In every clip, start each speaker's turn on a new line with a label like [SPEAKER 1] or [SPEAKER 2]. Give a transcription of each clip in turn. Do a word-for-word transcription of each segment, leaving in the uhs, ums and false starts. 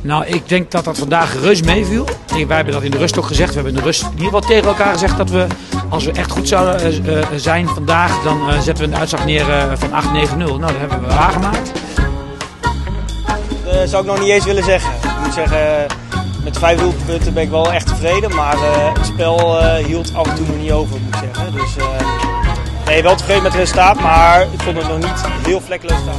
[SPEAKER 1] Nou, ik denk dat dat vandaag reuze meeviel. Wij hebben dat in de rust ook gezegd. We hebben in de rust in ieder geval tegen elkaar gezegd dat we, als we echt goed zouden uh, uh, zijn vandaag, dan uh, zetten we een uitslag neer uh, van acht negen nul. Nou, dat hebben we waargemaakt.
[SPEAKER 2] Dat uh, zou ik nog niet eens willen zeggen. Ik moet zeggen, met vijf doelpunten ben ik wel echt tevreden. Maar uh, het spel uh, hield af en toe nog niet over, moet ik zeggen. Dus uh, nee, wel tevreden met het resultaat, maar ik vond het nog niet heel vlekkeloos staan.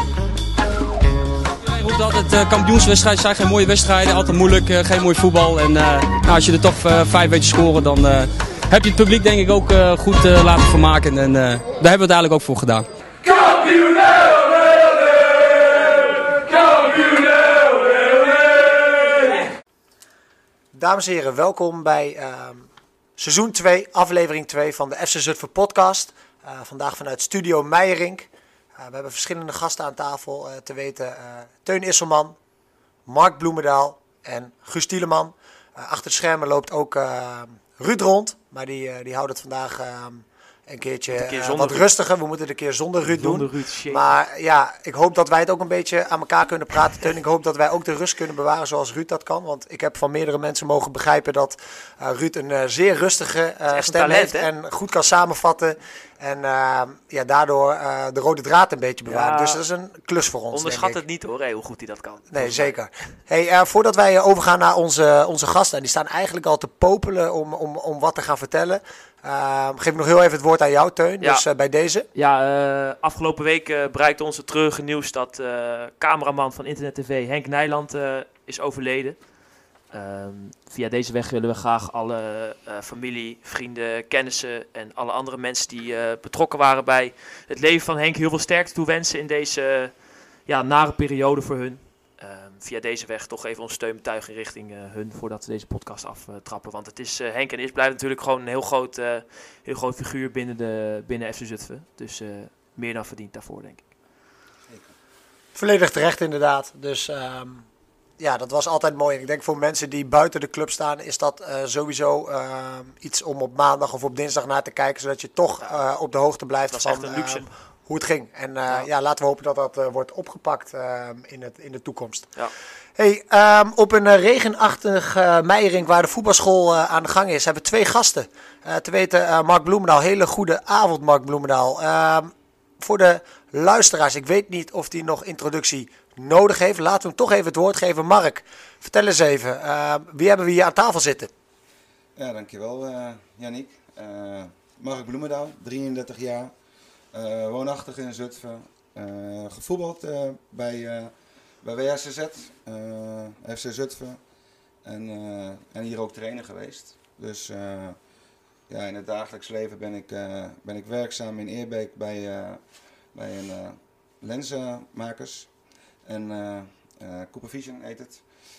[SPEAKER 3] Je roept altijd uh, kampioenswedstrijden zijn geen mooie wedstrijden, altijd moeilijk, uh, geen mooi voetbal. En uh, nou, als je er toch uh, vijf weet te scoren, dan uh, heb je het publiek denk ik ook uh, goed uh, laten vermaken. En uh, daar hebben we het eigenlijk ook voor gedaan.
[SPEAKER 4] Kampioen!
[SPEAKER 5] Dames en heren, welkom bij uh, seizoen twee, aflevering twee van de F C Zutphen podcast. Uh, vandaag vanuit Studio Meijerink. Uh, we hebben verschillende gasten aan tafel, uh, te weten uh, Teun Isselman, Mark Bloemendaal en Guus Tieleman. Uh, achter de schermen loopt ook uh, Ruud rond, maar die, uh, die houdt het vandaag uh, een keertje een keer uh, wat Ruud. rustiger. We moeten het een keer zonder Ruud zonder doen. Ruud, maar ja, ik hoop dat wij het ook een beetje aan elkaar kunnen praten, Teun. Ik hoop dat wij ook de rust kunnen bewaren zoals Ruud dat kan. Want ik heb van meerdere mensen mogen begrijpen dat uh, Ruud een uh, zeer rustige uh, stem talent, heeft. Hè? En goed kan samenvatten. En uh, ja, daardoor uh, de rode draad een beetje bewaren. Ja, dus dat is een klus voor ons.
[SPEAKER 6] Onderschat het niet hoor, hey, hoe goed hij dat kan.
[SPEAKER 5] Nee, zeker. Hey, uh, voordat wij uh, overgaan naar onze, onze gasten. En die staan eigenlijk al te popelen om, om, om wat te gaan vertellen. Uh, geef ik nog heel even het woord aan jou, Teun. Ja. Dus uh, bij deze.
[SPEAKER 6] Ja, uh, afgelopen week uh, bereikte ons het treurige nieuws dat uh, cameraman van Internet T V Henk Nijland uh, is overleden. Uh, via deze weg willen we graag alle uh, familie, vrienden, kennissen en alle andere mensen die uh, betrokken waren bij het leven van Henk heel veel sterkte toewensen in deze uh, ja, nare periode voor hun. Uh, via deze weg toch even onze steunbetuiging richting uh, hun voordat we deze podcast aftrappen. Want het is, uh, Henk en is blijft natuurlijk gewoon een heel groot, uh, heel groot figuur binnen, de, binnen F C Zutphen. Dus uh, meer dan verdiend daarvoor, denk ik.
[SPEAKER 5] Volledig terecht inderdaad. Dus um, ja, dat was altijd mooi. En ik denk voor mensen die buiten de club staan, is dat uh, sowieso uh, iets om op maandag of op dinsdag naar te kijken. Zodat je toch uh, op de hoogte blijft
[SPEAKER 6] dat
[SPEAKER 5] van
[SPEAKER 6] echt een luxe.
[SPEAKER 5] Uh, hoe het ging. En uh, ja. ja, laten we hopen dat dat uh, wordt opgepakt uh, in, het, in de toekomst. Ja. Hey, um, op een uh, regenachtig uh, Meijerink waar de voetbalschool uh, aan de gang is, hebben we twee gasten. Uh, te weten uh, Mark Bloemendaal. Hele goede avond, Mark Bloemendaal. Uh, voor de luisteraars, ik weet niet of die nog introductie nodig heeft. Laten we hem toch even het woord geven. Mark, vertel eens even. Uh, wie hebben we hier aan tafel zitten?
[SPEAKER 7] Ja, dankjewel uh, Yannick. Uh, Mark Bloemendaal, drieëndertig jaar. Uh, woonachtig in Zutphen. Uh, gevoetbald uh, bij, uh, bij W H C Z, uh, F C Zutphen. En, uh, en hier ook trainer geweest. Dus uh, ja, in het dagelijks leven ben ik, uh, ben ik werkzaam in Eerbeek bij, uh, bij een uh, lenzenmakers. En uh, uh, Cooper Vision heet het.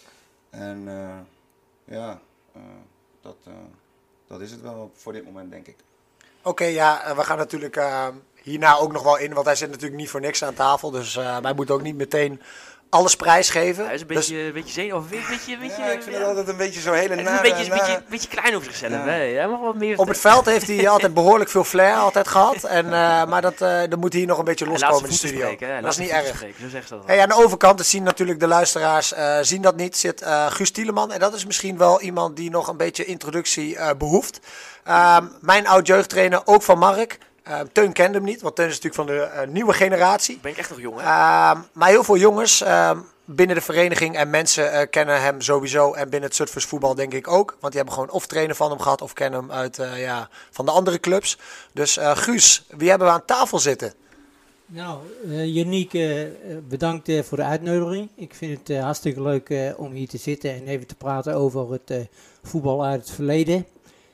[SPEAKER 7] En uh, ja, uh, dat, uh, dat is het wel voor dit moment, denk ik.
[SPEAKER 5] Oké, okay, ja, we gaan natuurlijk uh, hierna ook nog wel in, want hij zit natuurlijk niet voor niks aan tafel. Dus uh, wij moeten ook niet meteen alles prijsgeven.
[SPEAKER 6] Hij is een beetje, dus, een beetje zenuwachtig. Beetje, beetje,
[SPEAKER 7] ja, ik vind ja. het altijd een beetje zo hele nare...
[SPEAKER 6] Een beetje, nare... beetje, beetje klein over zichzelf. Ja. Hè? Hij mag wat meer
[SPEAKER 5] op het veld heeft hij altijd behoorlijk veel flair altijd gehad. En, uh, maar dat, uh, dat moet hier nog een beetje loskomen in de studio.
[SPEAKER 6] Spreken,
[SPEAKER 5] dat is niet erg.
[SPEAKER 6] Spreken, zo zegt ze dat
[SPEAKER 5] hey, aan de overkant, dat zien natuurlijk de luisteraars, uh, zien dat niet, zit uh, Guus Tieleman. En dat is misschien wel iemand die nog een beetje introductie uh, behoeft. Uh, mijn oud-jeugdtrainer, ook van Mark. Uh, Teun kende hem niet, want Teun is natuurlijk van de uh, nieuwe generatie.
[SPEAKER 6] Ben ik echt nog jong, hè?
[SPEAKER 5] Uh, maar heel veel jongens uh, binnen de vereniging en mensen uh, kennen hem sowieso. En binnen het Zutphens voetbal denk ik ook. Want die hebben gewoon of trainer van hem gehad of kennen hem uit, uh, ja, van de andere clubs. Dus uh, Guus, wie hebben we aan tafel zitten?
[SPEAKER 8] Nou, uh, Yannick, uh, bedankt uh, voor de uitnodiging. Ik vind het uh, hartstikke leuk uh, om hier te zitten en even te praten over het uh, voetbal uit het verleden.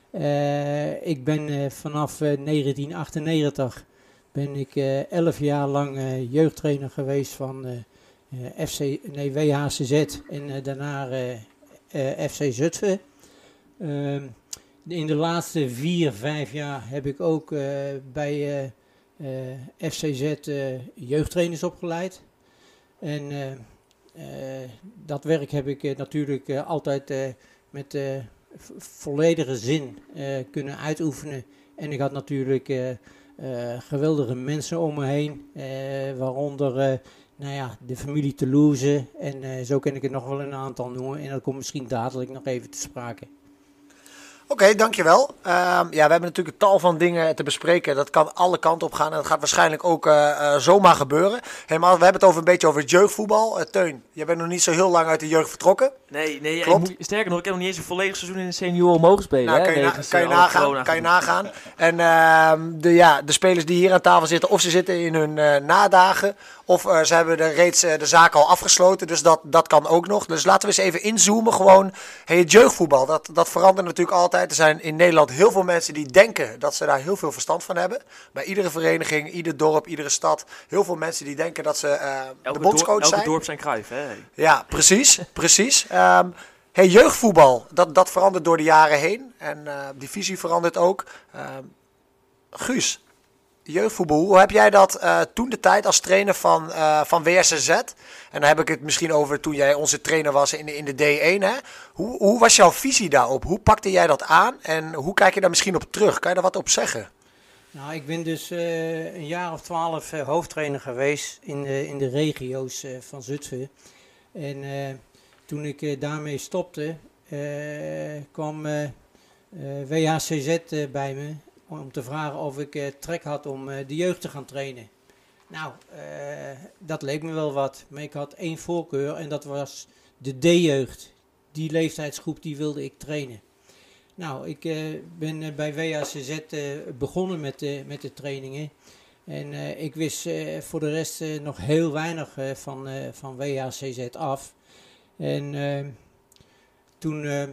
[SPEAKER 8] Uh, ik ben uh, vanaf uh, negentien achtennegentig ben ik uh, elf jaar lang uh, jeugdtrainer geweest van uh, uh, F C, nee, W H C Z en uh, daarna uh, uh, F C Zutphen. Uh, in de laatste vier, vijf jaar heb ik ook uh, bij uh, uh, F C Z uh, jeugdtrainers opgeleid. En uh, uh, dat werk heb ik uh, natuurlijk uh, altijd uh, met... Uh, volledige zin uh, kunnen uitoefenen. En ik had natuurlijk uh, uh, geweldige mensen om me heen, uh, waaronder uh, nou ja, de familie Toulouse. En uh, zo kan ik het nog wel een aantal noemen. En dat komt misschien dadelijk nog even te sprake.
[SPEAKER 5] Oké, okay, dankjewel. Uh, ja, we hebben natuurlijk een tal van dingen te bespreken. Dat kan alle kanten op gaan en dat gaat waarschijnlijk ook uh, uh, zomaar gebeuren. Hey, maar we hebben het over een beetje over het jeugdvoetbal. Uh, Teun, jij bent nog niet zo heel lang uit de jeugd vertrokken.
[SPEAKER 6] Nee, nee ik moet, sterker nog, ik heb nog niet eens een volledig seizoen in de senioren mogen spelen.
[SPEAKER 5] Nou,
[SPEAKER 6] hè,
[SPEAKER 5] kan, je na, kan, je nagaan, kan je nagaan. En uh, de, ja, de spelers die hier aan tafel zitten, of ze zitten in hun uh, nadagen, of uh, ze hebben de, reeds uh, de zaak al afgesloten. Dus dat, dat kan ook nog. Dus laten we eens even inzoomen. Gewoon, hey, het jeugdvoetbal, dat, dat verandert natuurlijk altijd. Er zijn in Nederland heel veel mensen die denken dat ze daar heel veel verstand van hebben. Bij iedere vereniging, ieder dorp, iedere stad. Heel veel mensen die denken dat ze uh, de bondscoach
[SPEAKER 6] elke
[SPEAKER 5] zijn.
[SPEAKER 6] Elke dorp zijn Cruijff, hè?
[SPEAKER 5] Ja, precies. precies. Um, hey, jeugdvoetbal, dat, dat verandert door de jaren heen. En uh, die visie verandert ook. Uh, Guus, jeugdvoetbal, hoe heb jij dat uh, toen de tijd als trainer van, uh, van W S Z? En dan heb ik het misschien over toen jij onze trainer was in de, in de D één. Hè? Hoe, hoe was jouw visie daarop? Hoe pakte jij dat aan? En hoe kijk je daar misschien op terug? Kan je daar wat op zeggen?
[SPEAKER 8] Nou, ik ben dus uh, een jaar of twaalf uh, hoofdtrainer geweest in de, in de regio's uh, van Zutphen. En uh, toen ik uh, daarmee stopte, uh, kwam uh, uh, W H C Z uh, bij me om te vragen of ik uh, trek had om uh, de jeugd te gaan trainen. Nou, uh, dat leek me wel wat, maar ik had één voorkeur en dat was de D-jeugd. Die leeftijdsgroep die wilde ik trainen. Nou, ik uh, ben uh, bij W H C Z uh, begonnen met, uh, met de trainingen. En uh, ik wist uh, voor de rest uh, nog heel weinig uh, van, uh, van W H C Z af. En uh, toen uh,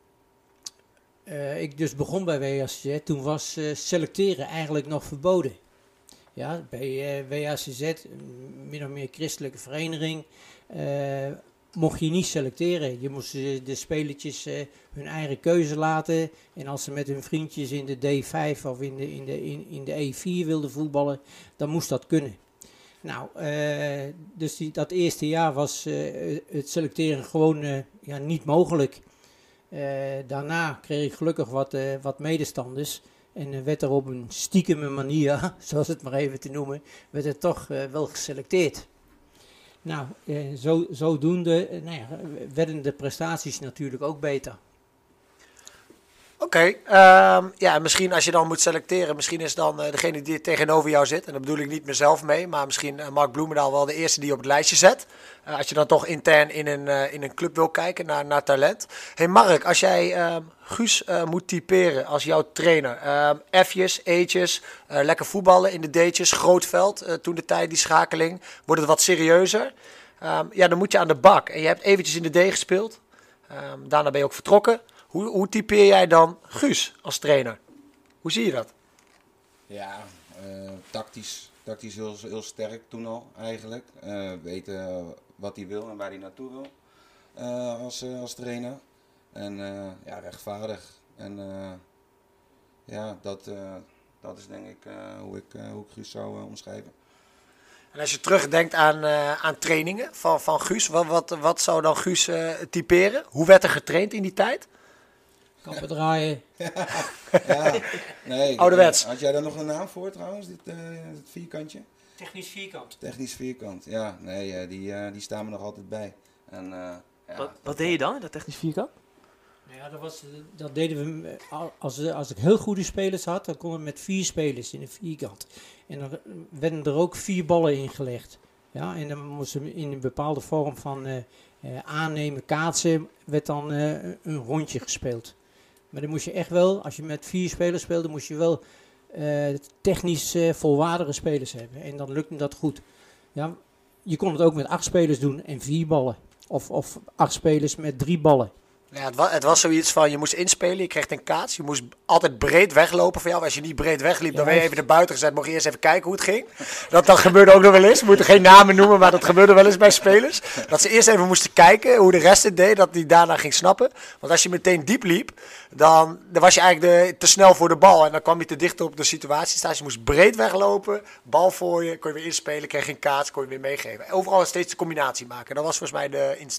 [SPEAKER 8] uh, ik dus begon bij W H C Z, toen was uh, selecteren eigenlijk nog verboden. Ja, bij uh, W H C Z, min of meer christelijke vereniging, uh, mocht je niet selecteren. Je moest uh, de spelertjes uh, hun eigen keuze laten. En als ze met hun vriendjes in de D vijf of in de, in de, in, in de E vier wilden voetballen, dan moest dat kunnen. Nou, uh, dus die, dat eerste jaar was uh, het selecteren gewoon uh, ja, niet mogelijk. Uh, daarna kreeg ik gelukkig wat, uh, wat medestanders. En uh, werd er op een stiekeme manier, zoals het maar even te noemen, werd er toch uh, wel geselecteerd. Nou, uh, zo, zodoende uh, nou ja, werden de prestaties natuurlijk ook beter.
[SPEAKER 5] Oké, okay, um, ja, misschien als je dan moet selecteren, misschien is dan uh, degene die tegenover jou zit, en daar bedoel ik niet mezelf mee, maar misschien uh, Mark Bloemendaal wel de eerste die op het lijstje zet. Uh, als je dan toch intern in een, uh, in een club wil kijken naar, naar talent. Hey Mark, als jij uh, Guus uh, moet typeren als jouw trainer, uh, F'jes, E'tjes, uh, lekker voetballen in de D'tjes, groot veld, uh, toen de tijd die schakeling, wordt het wat serieuzer. Um, ja, dan moet je aan de bak en je hebt eventjes in de D gespeeld, um, daarna ben je ook vertrokken. Hoe, hoe typeer jij dan Guus als trainer? Hoe zie je dat?
[SPEAKER 7] Ja, uh, tactisch, tactisch heel, heel sterk toen al eigenlijk. Uh, weten wat hij wil en waar hij naartoe wil uh, als, uh, als trainer. En uh, ja, rechtvaardig. En uh, ja, dat, uh, dat is denk ik uh, hoe, ik, uh, hoe ik Guus zou uh, omschrijven.
[SPEAKER 5] En als je terugdenkt aan, uh, aan trainingen van, van Guus, wat, wat, wat zou dan Guus uh, typeren? Hoe werd er getraind in die tijd?
[SPEAKER 8] Kappen draaien.
[SPEAKER 7] Ja, nee.
[SPEAKER 5] Ouderwets.
[SPEAKER 7] Had jij daar nog een naam voor trouwens, dit, uh, dit vierkantje?
[SPEAKER 8] Technisch vierkant.
[SPEAKER 7] Technisch vierkant, ja. Nee, uh, die, uh, die staan me nog altijd bij. En, uh, ja,
[SPEAKER 6] wat wat deed je dan in dat technisch vierkant?
[SPEAKER 8] Ja, dat, was, dat deden we, als, als ik heel goede spelers had, dan kon het met vier spelers in een vierkant. En dan werden er ook vier ballen ingelegd. Ja, en dan moesten in een bepaalde vorm van uh, uh, aannemen, kaatsen, werd dan uh, een rondje gespeeld. Maar dan moest je echt wel, als je met vier spelers speelde, moest je wel uh, technisch uh, volwaardige spelers hebben. En dan lukte dat goed. Ja, je kon het ook met acht spelers doen en vier ballen. Of, of acht spelers met drie ballen.
[SPEAKER 5] Ja, het, was, het was zoiets van, je moest inspelen, je kreeg een kaats. Je moest altijd breed weglopen van jou. Als je niet breed wegliep, dan
[SPEAKER 8] ja,
[SPEAKER 5] werd je even naar buiten gezet. Mocht je eerst even kijken hoe het ging. Dat, dat gebeurde ook nog wel eens. We moeten geen namen noemen, maar dat gebeurde wel eens bij spelers. Dat ze eerst even moesten kijken hoe de rest het deed, dat die daarna ging snappen. Want als je meteen diep liep, dan, dan was je eigenlijk de, te snel voor de bal. En dan kwam je te dicht op de situatie staan. Dus je moest breed weglopen, bal voor je, kon je weer inspelen, kreeg een kaats, kon je weer meegeven. Overal steeds de combinatie maken. Dat was volgens mij de insteek.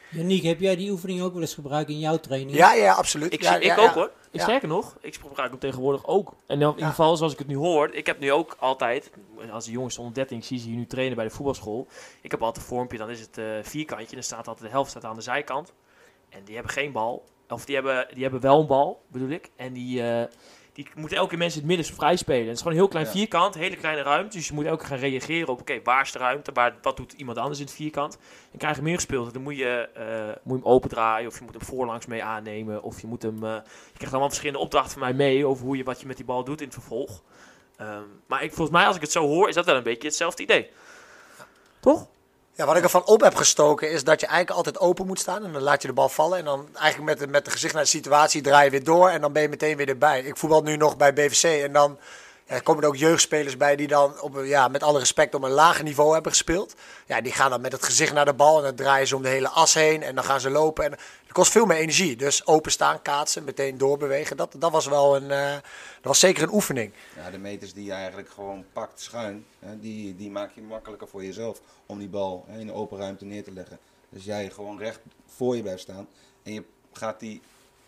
[SPEAKER 8] Yannick, heb jij die oefening ook wel eens gebruikt in jouw training?
[SPEAKER 5] Ja, ja, absoluut.
[SPEAKER 6] Ik,
[SPEAKER 5] ja,
[SPEAKER 6] ik
[SPEAKER 5] ja,
[SPEAKER 6] ook
[SPEAKER 5] ja.
[SPEAKER 6] hoor. Ik
[SPEAKER 5] Ja.
[SPEAKER 6] Sterker nog, ik gebruik hem tegenwoordig ook. En in ieder geval, zoals ik het nu hoor, ik heb nu ook altijd, als de jongens onder dertien, ik zie ze hier nu trainen bij de voetbalschool. Ik heb altijd een vormpje, dan is het uh, vierkantje, en dan staat altijd de helft staat aan de zijkant. En die hebben geen bal, of die hebben, die hebben wel een bal, bedoel ik. En die, uh, die moeten elke keer mensen in het midden vrij spelen. En het is gewoon een heel klein ja. vierkant, hele kleine ruimte. Dus je moet elke keer gaan reageren op, oké, okay, waar is de ruimte? Waar, wat doet iemand anders in het vierkant? En krijg je meer gespeeld. Dan moet je, uh, moet je hem opendraaien, of je moet hem voorlangs mee aannemen. Of je moet hem, uh, je krijgt allemaal verschillende opdrachten van mij mee over hoe je, wat je met die bal doet in het vervolg. Um, maar ik, volgens mij, als ik het zo hoor, is dat wel een beetje hetzelfde idee. Toch?
[SPEAKER 5] Ja, wat ik ervan op heb gestoken is dat je eigenlijk altijd open moet staan. En dan laat je de bal vallen. En dan eigenlijk met de, met de gezicht naar de situatie draai je weer door. En dan ben je meteen weer erbij. Ik voetbal nu nog bij B V C. En dan ja, komen er ook jeugdspelers bij die dan op, ja, met alle respect op een lager niveau hebben gespeeld. Ja, die gaan dan met het gezicht naar de bal. En dan draaien ze om de hele as heen. En dan gaan ze lopen. En dat kost veel meer energie. Dus openstaan, kaatsen, meteen doorbewegen. Dat, dat was wel een, uh, dat was zeker een oefening.
[SPEAKER 7] Ja, de meters die je eigenlijk gewoon pakt schuin, hè, die, die maak je makkelijker voor jezelf om die bal hè, in de open ruimte neer te leggen. Dus jij gewoon recht voor je blijft staan en je gaat die,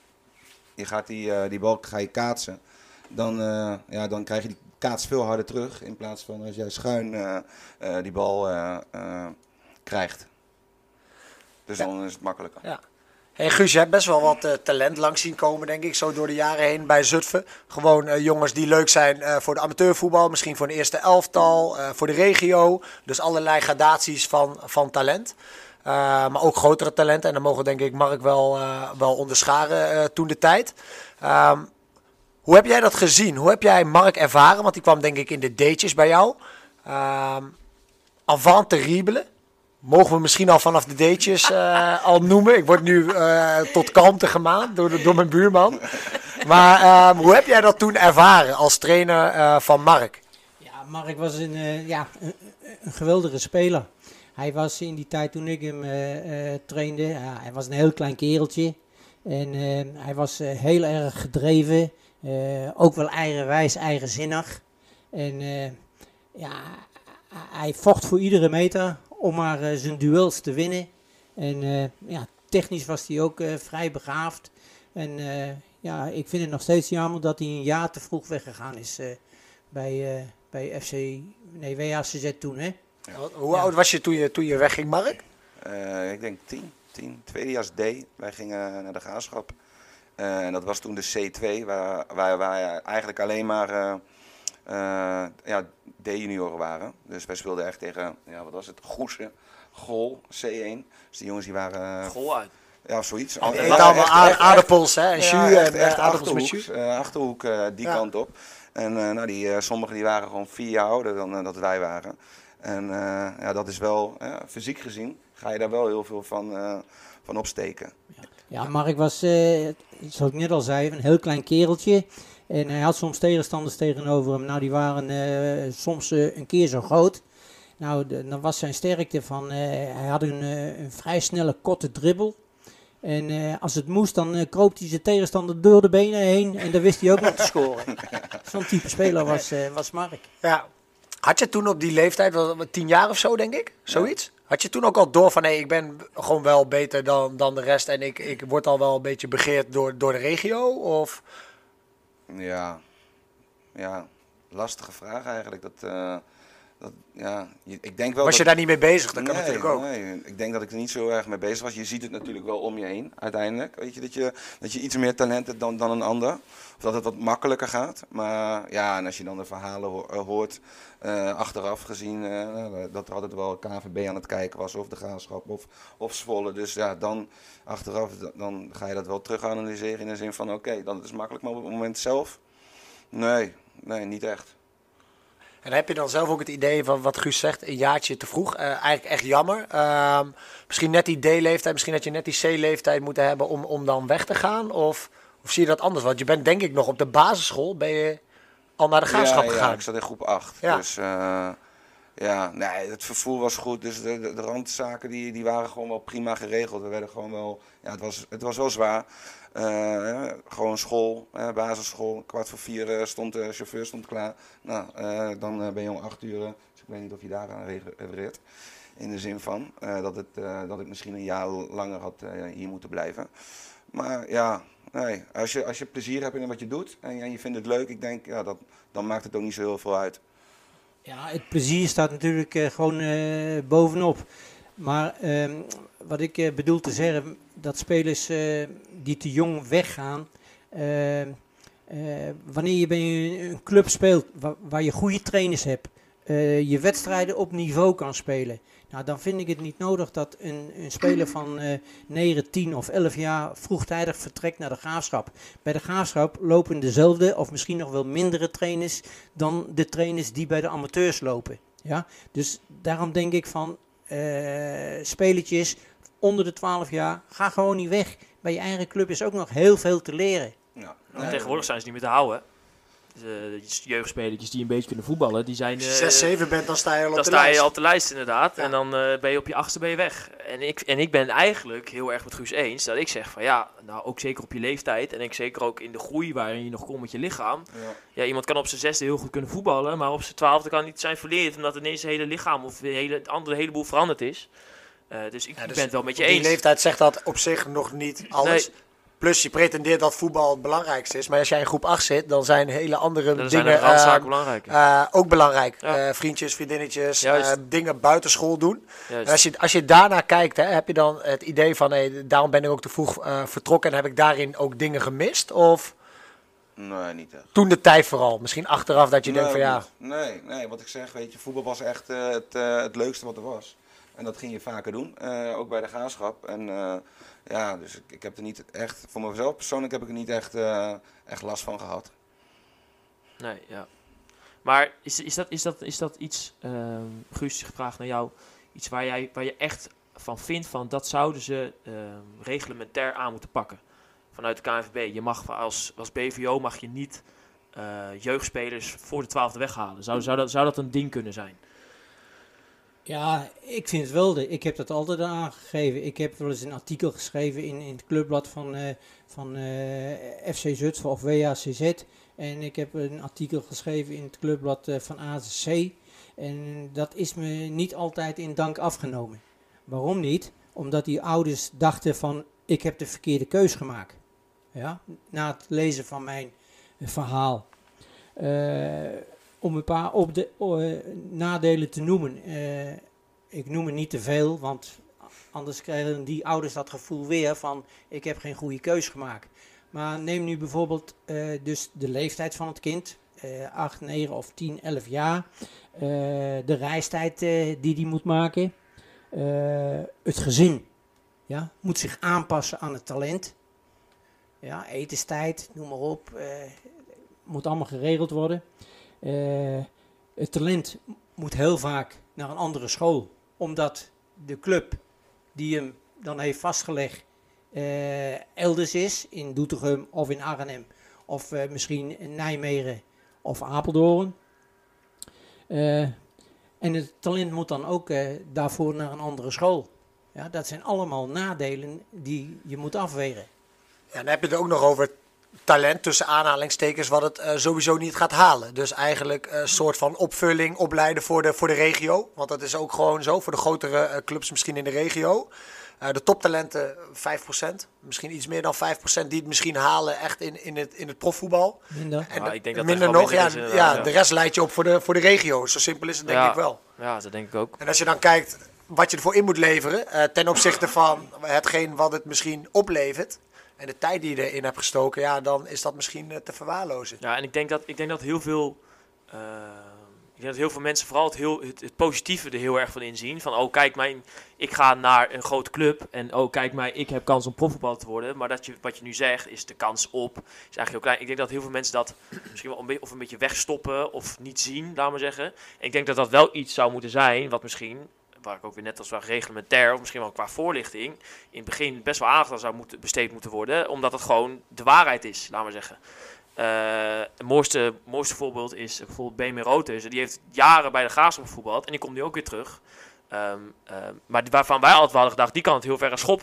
[SPEAKER 7] je gaat die, uh, die bal ga je kaatsen. Dan, uh, ja, dan krijg je die kaats veel harder terug in plaats van als jij schuin uh, uh, die bal uh, uh, krijgt. Dus ja. Dan is het makkelijker.
[SPEAKER 5] Ja. Hey Guus, je hebt best wel wat uh, talent langs zien komen, denk ik, zo door de jaren heen bij Zutphen. Gewoon uh, jongens die leuk zijn uh, voor de amateurvoetbal, misschien voor de eerste elftal, uh, voor de regio. Dus allerlei gradaties van, van talent. Uh, maar ook grotere talenten. En dan mogen denk ik Mark wel, uh, wel onderscharen uh, toen de tijd. Um, hoe heb jij dat gezien? Hoe heb jij Mark ervaren? Want die kwam denk ik in de D'tjes bij jou. Um, avant terrible. Mogen we misschien al vanaf de D'tjes uh, al noemen. Ik word nu uh, tot kalmte gemaakt door, de, door mijn buurman. Maar uh, hoe heb jij dat toen ervaren als trainer uh, van Mark?
[SPEAKER 8] Ja, Mark was een, uh, ja, een, een geweldige speler. Hij was in die tijd toen ik hem uh, uh, trainde, uh, hij was een heel klein kereltje. En uh, hij was uh, heel erg gedreven. Uh, ook wel eigenwijs, eigenzinnig. En uh, ja, hij vocht voor iedere meter om maar uh, zijn duels te winnen. En uh, ja, technisch was hij ook uh, vrij begaafd. En uh, ja, ik vind het nog steeds jammer dat hij een jaar te vroeg weggegaan is uh, bij, uh, bij F C, nee, W H C Z toen, hè?
[SPEAKER 5] Ja. Hoe ja. oud was je toen je, toen je wegging, Mark?
[SPEAKER 7] Uh, ik denk tien, tien, tweedejaars D. Wij gingen naar de Graafschap. Uh, en dat was toen de C twee, waar, waar wij eigenlijk alleen maar uh, uh, ja, D-junioren waren. Dus wij speelden echt tegen, ja, wat was het, Goesen, Gol, C één. Dus die jongens die waren... Uh,
[SPEAKER 6] Gol uit.
[SPEAKER 7] Ja, zoiets.
[SPEAKER 5] En eet allemaal aardappels, hè? En jus
[SPEAKER 7] ja, echt,
[SPEAKER 5] en
[SPEAKER 7] echt
[SPEAKER 5] aardappels met
[SPEAKER 7] Achterhoek,
[SPEAKER 5] jus.
[SPEAKER 7] uh, Achterhoek uh, die ja. kant op. En uh, nou, die, uh, sommigen die waren gewoon vier jaar ouder dan uh, dat wij waren. En uh, ja, dat is wel, uh, fysiek gezien, ga je daar wel heel veel van, uh, van opsteken.
[SPEAKER 8] Ja, ja, Mark was, uh, zoals ik net al zei, een heel klein kereltje. En hij had soms tegenstanders tegenover hem. Nou, die waren uh, soms uh, een keer zo groot. Nou, de, dan was zijn sterkte van, uh, hij had een, uh, een vrij snelle, korte dribbel. En uh, als het moest, dan uh, kroop hij zijn tegenstander door de benen heen. En dan wist hij ook nog te scoren. Zo'n type speler was, uh, was Mark.
[SPEAKER 5] Ja. Had je toen op die leeftijd, tien jaar of zo denk ik, zoiets? Ja. Had je toen ook al door van, hé, hey, ik ben gewoon wel beter dan, dan de rest en ik, ik word al wel een beetje begeerd door, door de regio? Of...
[SPEAKER 7] Ja, ja, lastige vraag eigenlijk. Dat, uh, dat, ja, ik denk wel
[SPEAKER 5] was je
[SPEAKER 7] dat...
[SPEAKER 5] daar niet mee bezig? Dat kan
[SPEAKER 7] nee,
[SPEAKER 5] natuurlijk ook.
[SPEAKER 7] Nee, ik denk dat ik er niet zo erg mee bezig was. Je ziet het natuurlijk wel om je heen uiteindelijk. Weet je, dat je, dat je iets meer talent hebt dan, dan een ander. Of dat het wat makkelijker gaat. Maar ja, en als je dan de verhalen ho- hoort, uh, achteraf gezien, uh, dat er altijd wel K V B aan het kijken was. Of de Graafschap of, of Zwolle. Dus ja, dan achteraf dan ga je dat wel terug analyseren in de zin van oké, okay, dan is het makkelijk. Maar op het moment zelf, nee, nee, niet echt.
[SPEAKER 5] En heb je dan zelf ook het idee van wat Guus zegt, een jaartje te vroeg? Uh, eigenlijk echt jammer. Uh, misschien net die D-leeftijd, misschien had je net die C-leeftijd moeten hebben om, om dan weg te gaan? Of, of zie je dat anders? Want je bent denk ik nog op de basisschool, ben je al naar de Graafschap
[SPEAKER 7] ja,
[SPEAKER 5] gegaan?
[SPEAKER 7] Ja, ik zat in groep acht. Ja. Dus uh, ja, nee, het vervoer was goed. Dus de, de, de randzaken die, die waren gewoon wel prima geregeld. We werden gewoon wel, ja, het was, het was wel zwaar. Uh, ja, gewoon school, uh, basisschool, kwart voor vier uh, stond de chauffeur stond klaar. Nou, uh, dan uh, ben je om acht uur, uh, dus ik weet niet of je daaraan refereert. In de zin van uh, dat, het, uh, dat ik misschien een jaar langer had uh, hier moeten blijven. Maar ja, nee, als, je, als je plezier hebt in wat je doet en, en je vindt het leuk, ik denk, ja, dat, dan maakt het ook niet zo heel veel uit.
[SPEAKER 8] Ja, het plezier staat natuurlijk uh, gewoon uh, bovenop. Maar uh, wat ik uh, bedoel te zeggen, dat spelers uh, die te jong weggaan, uh, uh, wanneer je bij een club speelt waar, waar je goede trainers hebt, uh, je wedstrijden op niveau kan spelen. Nou, dan vind ik het niet nodig dat een, een speler van uh, negen, tien of elf jaar vroegtijdig vertrekt naar de Graafschap. Bij de Graafschap lopen dezelfde of misschien nog wel mindere trainers dan de trainers die bij de amateurs lopen. Ja? Dus daarom denk ik van uh, spelertjes onder de twaalf jaar, ga gewoon niet weg. Bij je eigen club is ook nog heel veel te leren.
[SPEAKER 7] Ja.
[SPEAKER 6] Nee. Tegenwoordig zijn ze niet meer te houden. De jeugdspelertjes die een beetje kunnen voetballen, die zijn...
[SPEAKER 5] Als je zes, zeven bent, dan sta je al op
[SPEAKER 6] dan
[SPEAKER 5] de
[SPEAKER 6] sta
[SPEAKER 5] lijst.
[SPEAKER 6] je al op de lijst inderdaad.
[SPEAKER 5] Ja.
[SPEAKER 6] En dan uh, ben je op je achtste ben je weg. En ik, en ik ben eigenlijk heel erg met Guus eens dat ik zeg van ja, nou ook zeker op je leeftijd en ik zeker ook in de groei waarin je nog komt met je lichaam.
[SPEAKER 7] Ja.
[SPEAKER 6] Ja, iemand kan op zijn zesde heel goed kunnen voetballen, maar op zijn twaalfde kan niet zijn verleerd omdat ineens zijn hele lichaam of een hele, andere heleboel veranderd is. Uh, dus ik,
[SPEAKER 5] Ja, dus
[SPEAKER 6] ik ben het wel met je
[SPEAKER 5] op die
[SPEAKER 6] eens.
[SPEAKER 5] leeftijd zegt dat op zich nog niet alles.
[SPEAKER 6] Nee.
[SPEAKER 5] Plus je pretendeert dat voetbal het belangrijkste is. Maar als jij in groep acht zit, dan zijn hele andere
[SPEAKER 6] Dan zijn
[SPEAKER 5] dingen
[SPEAKER 6] de randzaken
[SPEAKER 5] uh,
[SPEAKER 6] belangrijk.
[SPEAKER 5] uh, ook belangrijk.
[SPEAKER 6] Ja.
[SPEAKER 5] Uh, vriendjes, vriendinnetjes,
[SPEAKER 6] Juist.
[SPEAKER 5] uh, dingen buitenschool doen.
[SPEAKER 6] Juist.
[SPEAKER 5] En als je, als je daarnaar kijkt, hè, heb je dan het idee van hey, daarom ben ik ook te vroeg uh, vertrokken en heb ik daarin ook dingen gemist? Of
[SPEAKER 7] Nee, niet echt.
[SPEAKER 5] toen de tijd vooral? Misschien achteraf dat je
[SPEAKER 7] Nee,
[SPEAKER 5] denkt van ja...
[SPEAKER 7] Nee, nee, wat ik zeg, weet je, voetbal was echt uh, het, uh, het leukste wat er was. En dat ging je vaker doen, uh, ook bij de Graafschap. En uh, ja, dus ik, ik heb er niet echt, voor mezelf persoonlijk heb ik er niet echt, uh, echt last van gehad.
[SPEAKER 6] Nee, ja. Maar is, is, dat, is, dat, is dat iets, uh, Guus, gevraagd naar jou, iets waar, jij, waar je echt van vindt van dat zouden ze uh, reglementair aan moeten pakken vanuit de K N V B? Je mag als, als B V O mag je niet uh, jeugdspelers voor de twaalfde weghalen. Zou, zou, dat, zou dat een ding kunnen zijn?
[SPEAKER 8] Ja, ik vind het wel. De, ik heb dat altijd aangegeven. Ik heb wel eens een artikel geschreven in, in het clubblad van, uh, van uh, F C Zutphen of W A C Z. En ik heb een artikel geschreven in het clubblad uh, van A Z C. En dat is me niet altijd in dank afgenomen. Waarom niet? Omdat die ouders dachten van, ik heb de verkeerde keus gemaakt. Ja? Na het lezen van mijn uh, verhaal. Uh, Om een paar op de, uh, nadelen te noemen. Uh, ik noem er niet te veel, want anders krijgen die ouders dat gevoel weer van ik heb geen goede keus gemaakt. Maar neem nu bijvoorbeeld uh, dus de leeftijd van het kind, uh, acht, negen of tien, elf jaar. Uh, de reistijd uh, die die moet maken. Uh, het gezin ja, moet zich aanpassen aan het talent. Ja, etenstijd, noem maar op. Uh, moet allemaal geregeld worden. Uh, het talent moet heel vaak naar een andere school, omdat de club die hem dan heeft vastgelegd uh, elders is, in Doetinchem of in Arnhem, of uh, misschien in Nijmegen of Apeldoorn. Uh, en het talent moet dan ook uh, daarvoor naar een andere school. Ja, dat zijn allemaal nadelen die je moet afwegen.
[SPEAKER 5] Ja, dan heb je het ook nog over talent tussen aanhalingstekens wat het uh, sowieso niet gaat halen. Dus eigenlijk een uh, soort van opvulling, opleiden voor de, voor de regio. Want dat is ook gewoon zo voor de grotere uh, clubs misschien in de regio. Uh, de toptalenten vijf procent, misschien iets meer dan vijf procent die het misschien halen echt in, in, het, in het profvoetbal.
[SPEAKER 8] Minder.
[SPEAKER 5] En
[SPEAKER 6] Ja,
[SPEAKER 5] de,
[SPEAKER 6] ik denk dat
[SPEAKER 5] minder
[SPEAKER 6] er
[SPEAKER 5] nog,
[SPEAKER 6] gewoon
[SPEAKER 5] ja,
[SPEAKER 6] minder is,
[SPEAKER 5] ja,
[SPEAKER 6] ja.
[SPEAKER 5] de rest leidt je op voor de, voor de regio. Zo simpel is het denk
[SPEAKER 6] Ja.
[SPEAKER 5] ik wel.
[SPEAKER 6] Ja, dat denk ik ook.
[SPEAKER 5] En als je dan kijkt wat je ervoor in moet leveren, uh, ten opzichte van hetgeen wat het misschien oplevert, en de tijd die je erin hebt gestoken, ja, dan is dat misschien uh, te verwaarlozen.
[SPEAKER 6] Ja, en ik denk dat, ik denk dat heel veel... Uh, ik denk dat heel veel mensen vooral het, heel, het, het positieve er heel erg van inzien. Van, oh kijk, mijn, ik ga naar een grote club en oh kijk mij, ik heb kans om profvoetballer te worden. Maar dat je, wat je nu zegt, is de kans op, is eigenlijk heel klein. Ik denk dat heel veel mensen dat misschien wel een beetje, of een beetje wegstoppen of niet zien, laat maar zeggen. En ik denk dat dat wel iets zou moeten zijn, wat misschien, waar ik ook weer net als wel reglementair, of misschien wel qua voorlichting, in het begin best wel aandacht aan zou moeten, besteed moeten worden. Omdat het gewoon de waarheid is, laat maar zeggen. Uh, het mooiste, mooiste voorbeeld is bijvoorbeeld Benjamin Rotes. Die heeft jaren bij de Graafschap gevoetbald en die komt nu ook weer terug. Um, um, maar die, waarvan wij altijd hadden gedacht, die kan het heel ver schoppen.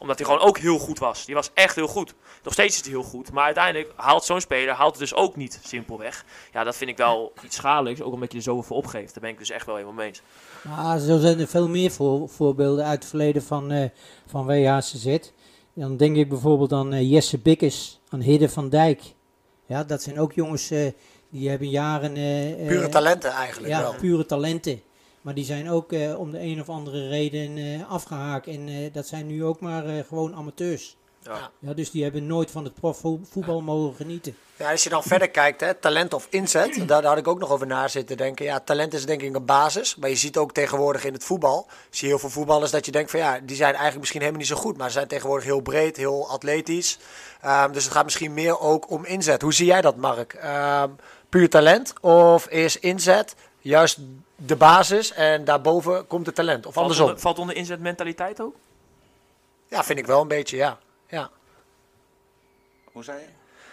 [SPEAKER 6] Omdat hij gewoon ook heel goed was. Die was echt heel goed. Nog steeds is hij heel goed. Maar uiteindelijk haalt zo'n speler haalt het dus ook niet simpelweg. Ja, dat vind ik wel iets schadelijks. Ook omdat je er zoveel voor opgeeft. Daar ben ik dus echt wel helemaal mee eens.
[SPEAKER 8] Maar zo zijn er veel meer voor, voorbeelden uit het verleden van, uh, van W H C Z. Dan denk ik bijvoorbeeld aan uh, Jesse Bikkers, aan Hidde van Dijk. Ja, dat zijn ook jongens uh, die hebben jaren... Uh,
[SPEAKER 5] Pure talenten eigenlijk
[SPEAKER 8] ja,
[SPEAKER 5] wel.
[SPEAKER 8] pure talenten. Maar die zijn ook uh, om de een of andere reden uh, afgehaakt. En uh, dat zijn nu ook maar uh, gewoon amateurs.
[SPEAKER 6] Ja.
[SPEAKER 8] Ja, dus die hebben nooit van het profvoetbal mogen genieten.
[SPEAKER 5] Ja, als je dan verder kijkt, hè, talent of inzet, daar, daar had ik ook nog over na zitten denken. Ja, talent is denk ik een basis, maar je ziet ook tegenwoordig in het voetbal, zie je heel veel voetballers dat je denkt van ja, die zijn eigenlijk misschien helemaal niet zo goed, maar ze zijn tegenwoordig heel breed, heel atletisch. Um, dus het gaat misschien meer ook om inzet. Hoe zie jij dat, Mark? Um, puur talent of is inzet juist de basis en daarboven komt het talent? Of
[SPEAKER 6] Valt
[SPEAKER 5] andersom?
[SPEAKER 6] onder, valt onder inzetmentaliteit ook?
[SPEAKER 5] Ja, vind ik wel een beetje, ja. ja.
[SPEAKER 7] Hoe zei je?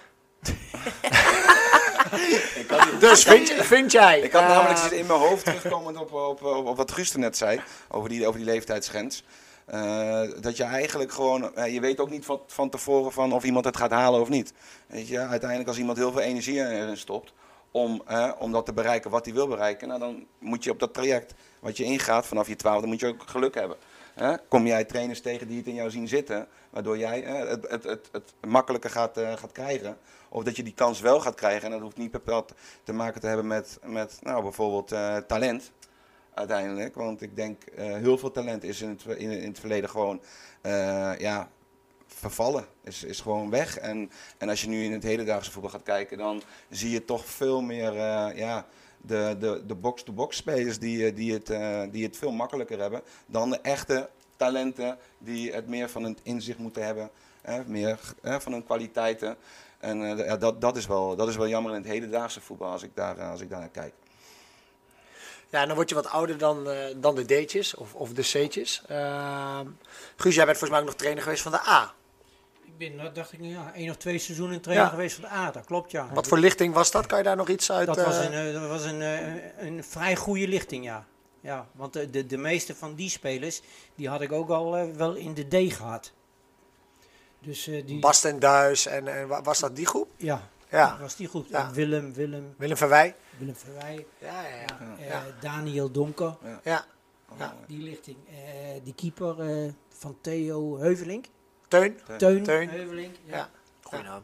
[SPEAKER 7] ik kan niet,
[SPEAKER 5] Dus
[SPEAKER 7] ik kan
[SPEAKER 5] vind, je- vind jij...
[SPEAKER 7] Ik had
[SPEAKER 5] uh,
[SPEAKER 7] namelijk iets in mijn hoofd terugkomend op, op, op, op wat Guus er net zei, over die, over die leeftijdsgrens. Uh, dat je eigenlijk gewoon, uh, je weet ook niet van, van tevoren van of iemand het gaat halen of niet. Weet je, uiteindelijk als iemand heel veel energie erin stopt om, uh, om dat te bereiken wat hij wil bereiken, nou, dan moet je op dat traject wat je ingaat vanaf je twaalfde, moet je ook geluk hebben. Uh, kom jij trainers tegen die het in jou zien zitten, waardoor jij uh, het, het, het, het makkelijker gaat, uh, gaat krijgen. Of dat je die kans wel gaat krijgen. En dat hoeft niet bepaald te maken te hebben met, met nou, bijvoorbeeld uh, talent. Uiteindelijk. Want ik denk uh, heel veel talent is in het, in, in het verleden gewoon uh, ja, vervallen. Is, is gewoon weg. En, en als je nu in het hedendaagse voetbal gaat kijken, dan zie je toch veel meer uh, ja, de, de, de box-to-box spelers die, die, het, uh, die het veel makkelijker hebben dan de echte talenten die het meer van het inzicht moeten hebben. Hè, meer hè, van hun kwaliteiten. En uh, ja, dat, dat, is wel, dat is wel jammer in het hedendaagse voetbal als ik daar, uh, als ik daar naar kijk.
[SPEAKER 5] Ja, en dan word je wat ouder dan, uh, dan de D'tjes of, of de C'tjes. Uh, Guus, jij bent volgens mij ook nog trainer geweest van de A.
[SPEAKER 8] Ik ben, dat dacht ik, ja, één of twee seizoenen trainer
[SPEAKER 5] Ja.
[SPEAKER 8] geweest van de A. Dat klopt, ja.
[SPEAKER 5] Wat voor lichting was dat? Kan je daar nog iets uit...
[SPEAKER 8] Dat
[SPEAKER 5] uh,
[SPEAKER 8] was een, uh, dat was een, uh, een vrij goede lichting, ja. Ja, want de, de, de meeste van die spelers, die had ik ook al uh, wel in de D gehad. Dus uh, die...
[SPEAKER 5] Bast en Duis en, en wa- was dat die groep?
[SPEAKER 8] Ja,
[SPEAKER 5] Ja.
[SPEAKER 8] was die goed.
[SPEAKER 5] Ja.
[SPEAKER 8] En Willem, Willem,
[SPEAKER 5] Willem Verwij?
[SPEAKER 8] Willem Verwij,
[SPEAKER 5] Ja, ja, ja.
[SPEAKER 8] uh,
[SPEAKER 5] Ja.
[SPEAKER 8] Daniel Donker,
[SPEAKER 5] ja.
[SPEAKER 8] ja. die lichting. Uh, die keeper uh, van Theo Heuvelink,
[SPEAKER 5] Teun?
[SPEAKER 8] Teun,
[SPEAKER 5] Teun.
[SPEAKER 8] Heuvelink. Ja.
[SPEAKER 5] Ja.
[SPEAKER 6] Goeie naam.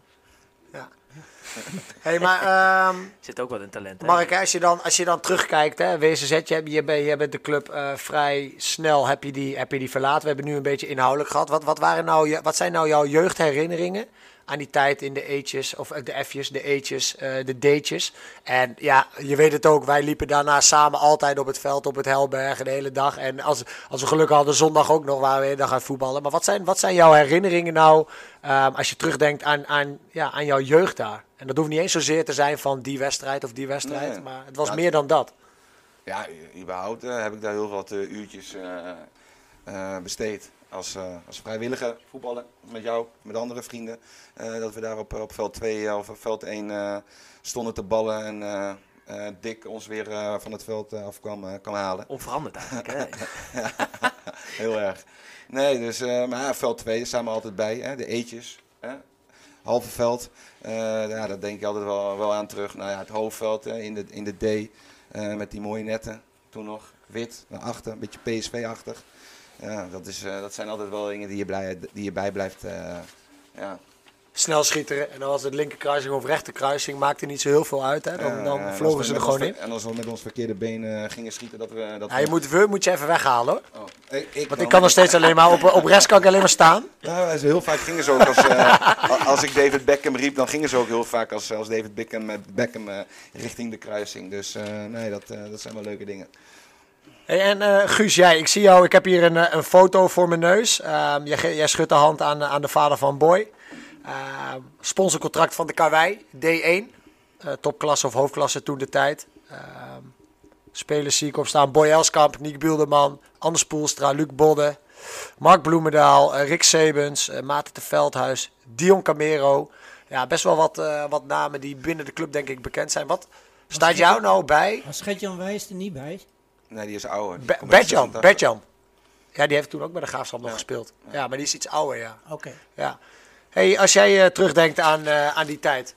[SPEAKER 5] Hey, maar ehm,
[SPEAKER 6] Zit ook wel een talent. Hè?
[SPEAKER 5] Mark, als je dan, als je dan terugkijkt, hè, W C Z, je, hebt- je, bent, je bent de club uh, vrij snel heb je, die, heb je die verlaten. We hebben nu een beetje inhoudelijk gehad. Wat, wat, waren nou, je- wat zijn nou jouw jeugdherinneringen aan die tijd in de E'tjes, of uh, de F'jes, de E'tjes, uh, de D'tjes? En ja, je weet het ook, wij liepen daarna samen altijd op het veld, op het Helbergen de hele dag. En als, als we geluk hadden, zondag ook nog, waren we de hele dag aan het voetballen. Maar wat zijn, wat zijn jouw herinneringen nou, um, als je terugdenkt aan, aan, ja, aan jouw jeugd daar? En dat hoeft niet eens zozeer te zijn van die wedstrijd of die wedstrijd,
[SPEAKER 7] Nee.
[SPEAKER 5] maar het was
[SPEAKER 7] Ja,
[SPEAKER 5] meer dan dat.
[SPEAKER 7] Ja, u- überhaupt uh, heb ik daar heel wat uh, uurtjes uh, uh, besteed. Als, uh, als vrijwilliger voetballen met jou, met andere vrienden. Uh, dat we daar op, op veld twee uh, of op veld één uh, stonden te ballen en uh, uh, Dick ons weer uh, van het veld uh, af kwam, uh, kwam halen.
[SPEAKER 6] Onveranderd eigenlijk. Hè?
[SPEAKER 7] Ja, heel erg. Nee, dus, uh, maar ja, veld twee, daar staan we altijd bij. Hè, de E'tjes. Hè? Halve veld. Uh, ja, daar denk je altijd wel, wel aan terug. Nou ja, het hoofdveld hè, in, de, in de D. Uh, met die mooie netten. Toen nog wit naar achter. Een beetje P S V-achtig. Ja, dat, is, uh, dat zijn altijd wel dingen die je, blij, die je bij blijft. Uh, ja.
[SPEAKER 5] Snel schieteren en dan was het linkerkruising of rechterkruising, maakte niet zo heel veel uit. Hè? Dan, dan
[SPEAKER 7] Uh,
[SPEAKER 5] vlogen
[SPEAKER 7] als
[SPEAKER 5] ze
[SPEAKER 7] we
[SPEAKER 5] er
[SPEAKER 7] met
[SPEAKER 5] gewoon
[SPEAKER 7] ons
[SPEAKER 5] in.
[SPEAKER 7] ver- En als we met ons verkeerde been uh, gingen schieten, dat we... Dat
[SPEAKER 5] Ja, je
[SPEAKER 7] we
[SPEAKER 5] moet, we moet je even weghalen hoor.
[SPEAKER 7] oh, ik, ik
[SPEAKER 5] Want
[SPEAKER 7] dan-
[SPEAKER 5] ik kan nog steeds alleen maar, op, op rechts kan ik alleen maar staan.
[SPEAKER 7] Nou, heel vaak gingen ze ook als, uh, als ik David Beckham riep, dan gingen ze ook heel vaak als, als David Beckham, Beckham uh, richting de kruising. Dus uh, nee, dat, uh, dat zijn wel leuke dingen.
[SPEAKER 5] Hey, en uh, Guus, jij, ik zie jou, ik heb hier een, uh, een foto voor mijn neus. Um, jij, ge- jij schudt de hand aan, aan de vader van Boy. Uh, sponsorcontract van de Karwei, D één. Uh, topklasse of hoofdklasse toen de tijd. Uh, spelers zie ik op staan. Boy Elskamp, Nick Bilderman, Anders Poelstra, Luc Bodde, Mark Bloemendaal, uh, Rick Sebens, uh, Maarten de Veldhuis, Dion Camero. Ja, best wel wat, uh, wat namen die binnen de club denk ik bekend zijn. Wat staat jou nou bij?
[SPEAKER 8] Was Gert-Jan Wijs er niet bij?
[SPEAKER 7] Nee, die is ouder. Die
[SPEAKER 5] Be-
[SPEAKER 7] komt uit
[SPEAKER 5] Bertjan,
[SPEAKER 7] zesentachtig.
[SPEAKER 5] Bertjan. Ja, die heeft toen ook bij de Graafschap nog
[SPEAKER 7] Ja.
[SPEAKER 5] gespeeld. Ja, maar die is iets ouder, ja.
[SPEAKER 8] Oké.
[SPEAKER 5] ja. Hey, als jij uh, terugdenkt aan, uh, aan die tijd.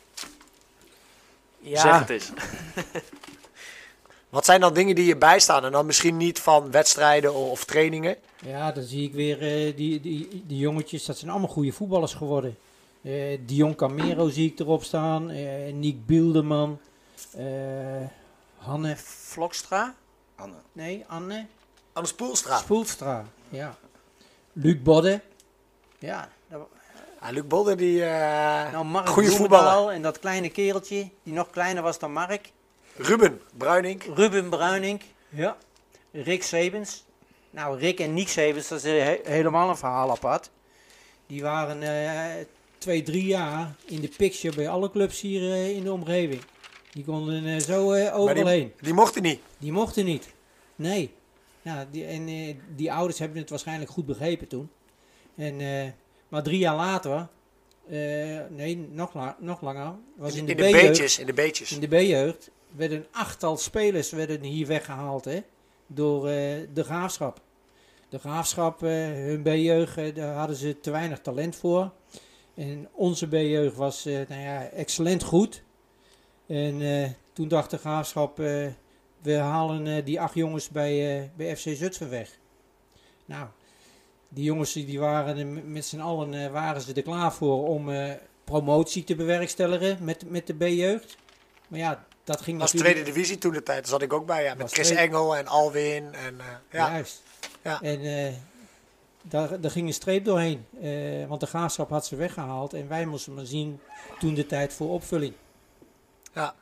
[SPEAKER 8] Ja.
[SPEAKER 6] Zeg het eens.
[SPEAKER 5] Wat zijn dan dingen die je bijstaan? En dan misschien niet van wedstrijden of, of trainingen.
[SPEAKER 8] Ja, dan zie ik weer uh, die, die, die jongetjes, dat zijn allemaal goede voetballers geworden. Uh, Dion Camero zie ik erop staan. Uh, Nick Bilderman. Uh, Hanne Vlokstra.
[SPEAKER 7] Anne.
[SPEAKER 8] Nee, Anne.
[SPEAKER 5] Anne Spoelstra.
[SPEAKER 8] Spoelstra, ja. Luc Bodde. Ja. Dat,
[SPEAKER 5] ja Luc Bodde, die uh,
[SPEAKER 8] nou, Mark
[SPEAKER 5] goede voetballer.
[SPEAKER 8] En dat kleine kereltje, die nog kleiner was dan Mark.
[SPEAKER 5] Ruben Bruining.
[SPEAKER 8] Ruben Bruining, ja. Rick Sebens. Nou, Rick en Nick Sebens, dat is he- helemaal een verhaal apart. Die waren uh, twee, drie jaar in de picture bij alle clubs hier uh, in de omgeving. Die konden uh, zo uh, overal
[SPEAKER 5] die,
[SPEAKER 8] heen.
[SPEAKER 5] Die mochten niet?
[SPEAKER 8] Die mochten niet. Nee. Nou, die, en uh, die ouders hebben het waarschijnlijk goed begrepen toen. En, uh, maar drie jaar later, uh, nee, nog, la- nog langer, was in,
[SPEAKER 5] in,
[SPEAKER 8] de,
[SPEAKER 5] in de
[SPEAKER 8] B-jeugd,
[SPEAKER 5] beetjes, in de beetjes.
[SPEAKER 8] In de B-jeugd werden een achttal spelers werden hier weggehaald, hè, door uh, de Graafschap. De Graafschap, uh, hun B-jeugd, uh, daar hadden ze te weinig talent voor. En onze B-jeugd was uh, nou ja, excellent goed. En uh, toen dacht de Graafschap, uh, we halen uh, die acht jongens bij, uh, bij F C Zutphen weg. Nou, die jongens die waren uh, met z'n allen uh, waren ze er klaar voor om uh, promotie te bewerkstelligen met, met de B-jeugd. Maar ja, dat ging
[SPEAKER 5] was
[SPEAKER 8] natuurlijk...
[SPEAKER 5] tweede divisie toen de tijd, daar zat ik ook bij. Ja, met
[SPEAKER 8] Was
[SPEAKER 5] Chris
[SPEAKER 8] tweede...
[SPEAKER 5] Engel en Alwin. En, uh, ja.
[SPEAKER 8] Juist.
[SPEAKER 5] Ja.
[SPEAKER 8] En uh, daar, daar ging een streep doorheen. Uh, want de Graafschap had ze weggehaald. En wij moesten maar zien toen de tijd voor opvulling.
[SPEAKER 5] Ja.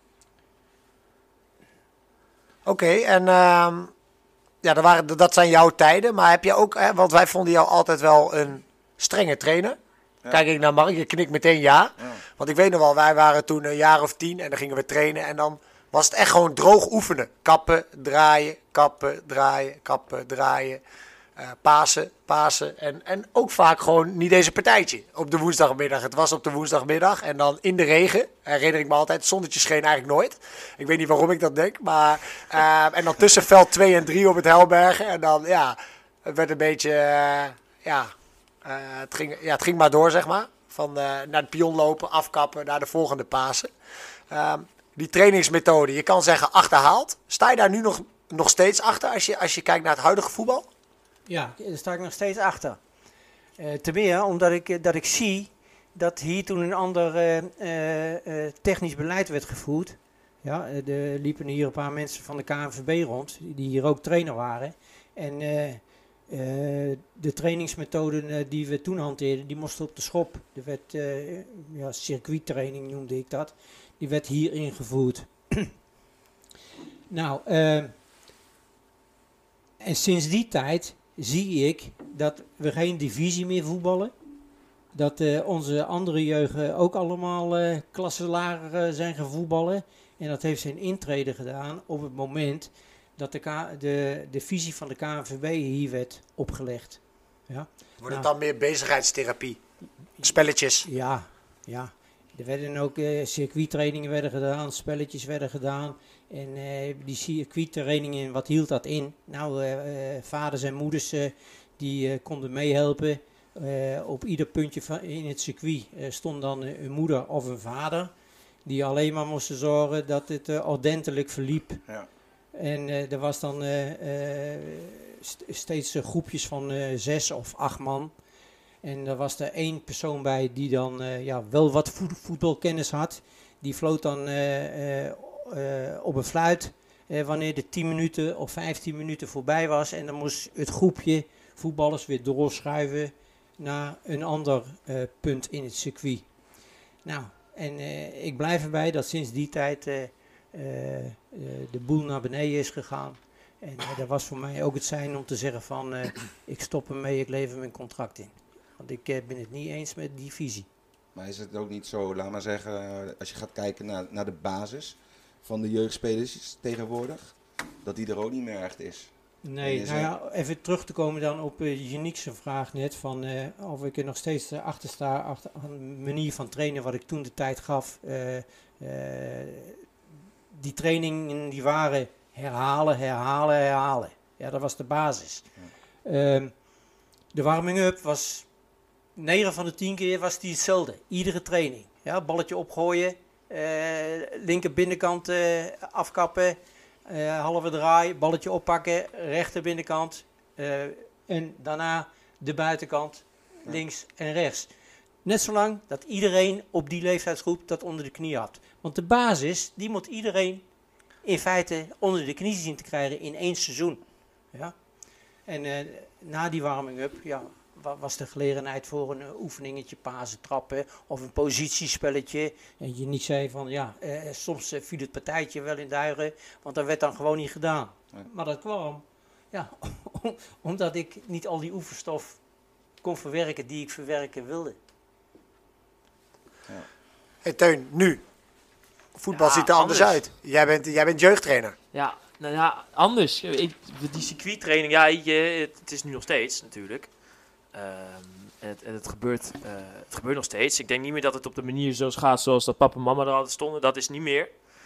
[SPEAKER 5] Oké, okay, en uh, ja, dat, waren, dat zijn jouw tijden. Maar heb je ook, hè, want wij vonden jou altijd wel een strenge trainer. Ja. Kijk ik naar Mark, je knikt meteen ja. ja. Want ik weet nog wel, wij waren toen een jaar of tien en dan gingen we trainen. En dan was het echt gewoon droog oefenen. Kappen, draaien, kappen, draaien, kappen, draaien. Uh, pasen, pasen. En, en ook vaak gewoon niet deze partijtje op de woensdagmiddag. Het was op de woensdagmiddag en dan in de regen. Herinner ik me altijd, het zonnetje scheen eigenlijk nooit. Ik weet niet waarom ik dat denk. Maar, uh, en dan tussen veld twee en drie op het Helbergen. En dan, ja, het werd een beetje, uh, ja, uh, het, ging, ja, het ging maar door, zeg maar. Van uh, naar het pion lopen, afkappen, naar de volgende pasen. Uh, die trainingsmethode, je kan zeggen achterhaald. Sta je daar nu nog, nog steeds achter als je, als je kijkt naar het huidige voetbal?
[SPEAKER 8] Ja, daar sta ik nog steeds achter. Uh, ten meer omdat ik, dat ik zie dat hier toen een ander uh, uh, uh, technisch beleid werd gevoerd. Ja, er liepen hier een paar mensen van de K N V B rond, die hier ook trainer waren. En uh, uh, de trainingsmethoden uh, die we toen hanteerden, die moesten op de schop. Er werd, uh, ja, circuittraining noemde ik dat. Die werd hier ingevoerd. nou, uh, en sinds die tijd zie ik dat we geen divisie meer voetballen. Dat uh, onze andere jeugd ook allemaal uh, klassen lager uh, zijn gaan voetballen. En dat heeft zijn intrede gedaan op het moment dat de, K- de, de visie van de K N V B hier werd opgelegd. Ja.
[SPEAKER 5] Wordt het
[SPEAKER 8] nou,
[SPEAKER 5] dan meer bezigheidstherapie? Spelletjes?
[SPEAKER 8] Ja, ja. Er werden ook uh, circuittrainingen werden gedaan, spelletjes werden gedaan. En uh, die circuittrainingen, wat hield dat in? Nou, uh, uh, vaders en moeders uh, die uh, konden meehelpen. Uh, op ieder puntje van, in het circuit uh, stond dan uh, een moeder of een vader. Die alleen maar moesten zorgen dat het uh, ordentelijk verliep.
[SPEAKER 7] Ja.
[SPEAKER 8] En uh, er was dan uh, uh, st- steeds uh, groepjes van uh, zes of acht man. En er was er één persoon bij die dan uh, ja, wel wat voet- voetbalkennis had. Die floot dan uh, uh, uh, op een fluit uh, wanneer de tien minuten of vijftien minuten voorbij was. En dan moest het groepje voetballers weer doorschuiven naar een ander uh, punt in het circuit. Nou, en uh, ik blijf erbij dat sinds die tijd uh, uh, uh, de boel naar beneden is gegaan. En uh, dat was voor mij ook het zijn om te zeggen van uh, ik stop ermee, ik lever mijn contract in. Want ik uh, ben het niet eens met die visie.
[SPEAKER 7] Maar is het ook niet zo, laat maar zeggen, als je gaat kijken naar, naar de basis van de jeugdspelers tegenwoordig, dat die er ook niet meer echt is?
[SPEAKER 8] Nee, nou ja, even terug te komen dan op uh, Janiek's vraag net, van uh, of ik er nog steeds uh, achter sta, achter een manier van trainen wat ik toen de tijd gaf. Uh, uh, die trainingen die waren herhalen, herhalen, herhalen. Ja, dat was de basis. Um, de warming-up was negen van de tien keer was die hetzelfde. Iedere training. Ja, balletje opgooien, uh, linker binnenkant uh, afkappen, uh, halve draai, balletje oppakken, rechter binnenkant uh, en daarna de buitenkant, ja. links en rechts. Net zolang dat iedereen op die leeftijdsgroep dat onder de knie had. Want de basis, die moet iedereen in feite onder de knie zien te krijgen in één seizoen. Ja? En uh, na die warming-up ja, was de gelegenheid voor een uh, oefeningetje, pasen, trappen of een positiespelletje. En je niet zei van ja, uh, soms uh, viel het partijtje wel in duigen, want dat werd dan gewoon niet gedaan. Ja. Maar dat kwam ja, omdat ik niet al die oefenstof kon verwerken die ik verwerken wilde.
[SPEAKER 5] Ja. Hey Teun, nu. Voetbal ja, ziet er anders, anders uit. Jij bent, jij bent jeugdtrainer.
[SPEAKER 6] Ja, nou ja, anders. Ik, die circuittraining, ja, je, het is nu nog steeds natuurlijk. Um, en het, en het, gebeurt, uh, het gebeurt nog steeds. Ik denk niet meer dat het op de manier zoals gaat zoals dat papa en mama er altijd stonden. Dat is niet meer.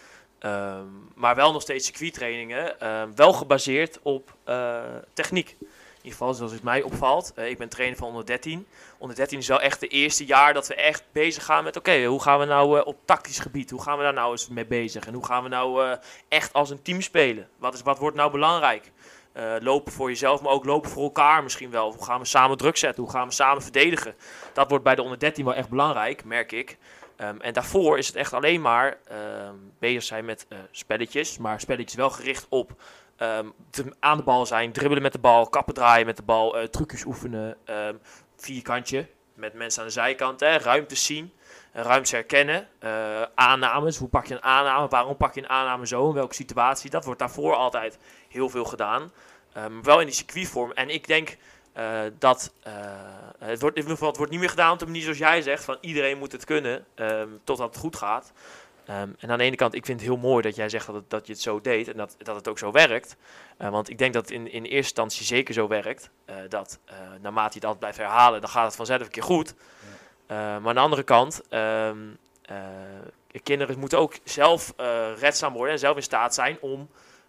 [SPEAKER 6] Um, maar wel nog steeds circuittrainingen. Um, wel gebaseerd op uh, techniek. In ieder geval zoals het mij opvalt. Uh, ik ben trainer van onder dertien. onder dertien is wel echt het eerste jaar dat we echt bezig gaan met... Oké, okay, hoe gaan we nou uh, op tactisch gebied? Hoe gaan we daar nou eens mee bezig? En hoe gaan we nou uh, echt als een team spelen? Wat, is, wat wordt nou belangrijk? Uh, lopen voor jezelf, maar ook lopen voor elkaar misschien wel. Hoe gaan we samen druk zetten? Hoe gaan we samen verdedigen? Dat wordt bij de onder dertien wel echt belangrijk, merk ik. Um, en daarvoor is het echt alleen maar um, bezig zijn met uh, spelletjes. Maar spelletjes wel gericht op... Um, te, aan de bal zijn, dribbelen met de bal, kappen draaien met de bal, uh, trucjes oefenen, um, vierkantje met mensen aan de zijkant, hè, ruimtes zien, uh, ruimtes herkennen, uh, aannames, hoe pak je een aanname, waarom pak je een aanname zo, in welke situatie, dat wordt daarvoor altijd heel veel gedaan, um, wel in die circuitvorm. En ik denk uh, dat uh, het, wordt, het wordt niet meer gedaan op de manier zoals jij zegt, van iedereen moet het kunnen, um, totdat het goed gaat. Um, en aan de ene kant, ik vind het heel mooi dat jij zegt dat, het, dat je het zo deed en dat, dat het ook zo werkt. Uh, want ik denk dat het in, in eerste instantie zeker zo werkt. Uh, dat uh, naarmate je het altijd blijft herhalen, dan gaat het vanzelf een keer goed. Ja. Uh, maar aan de andere kant, um, uh, kinderen moeten ook zelf uh, redzaam worden en zelf in staat zijn om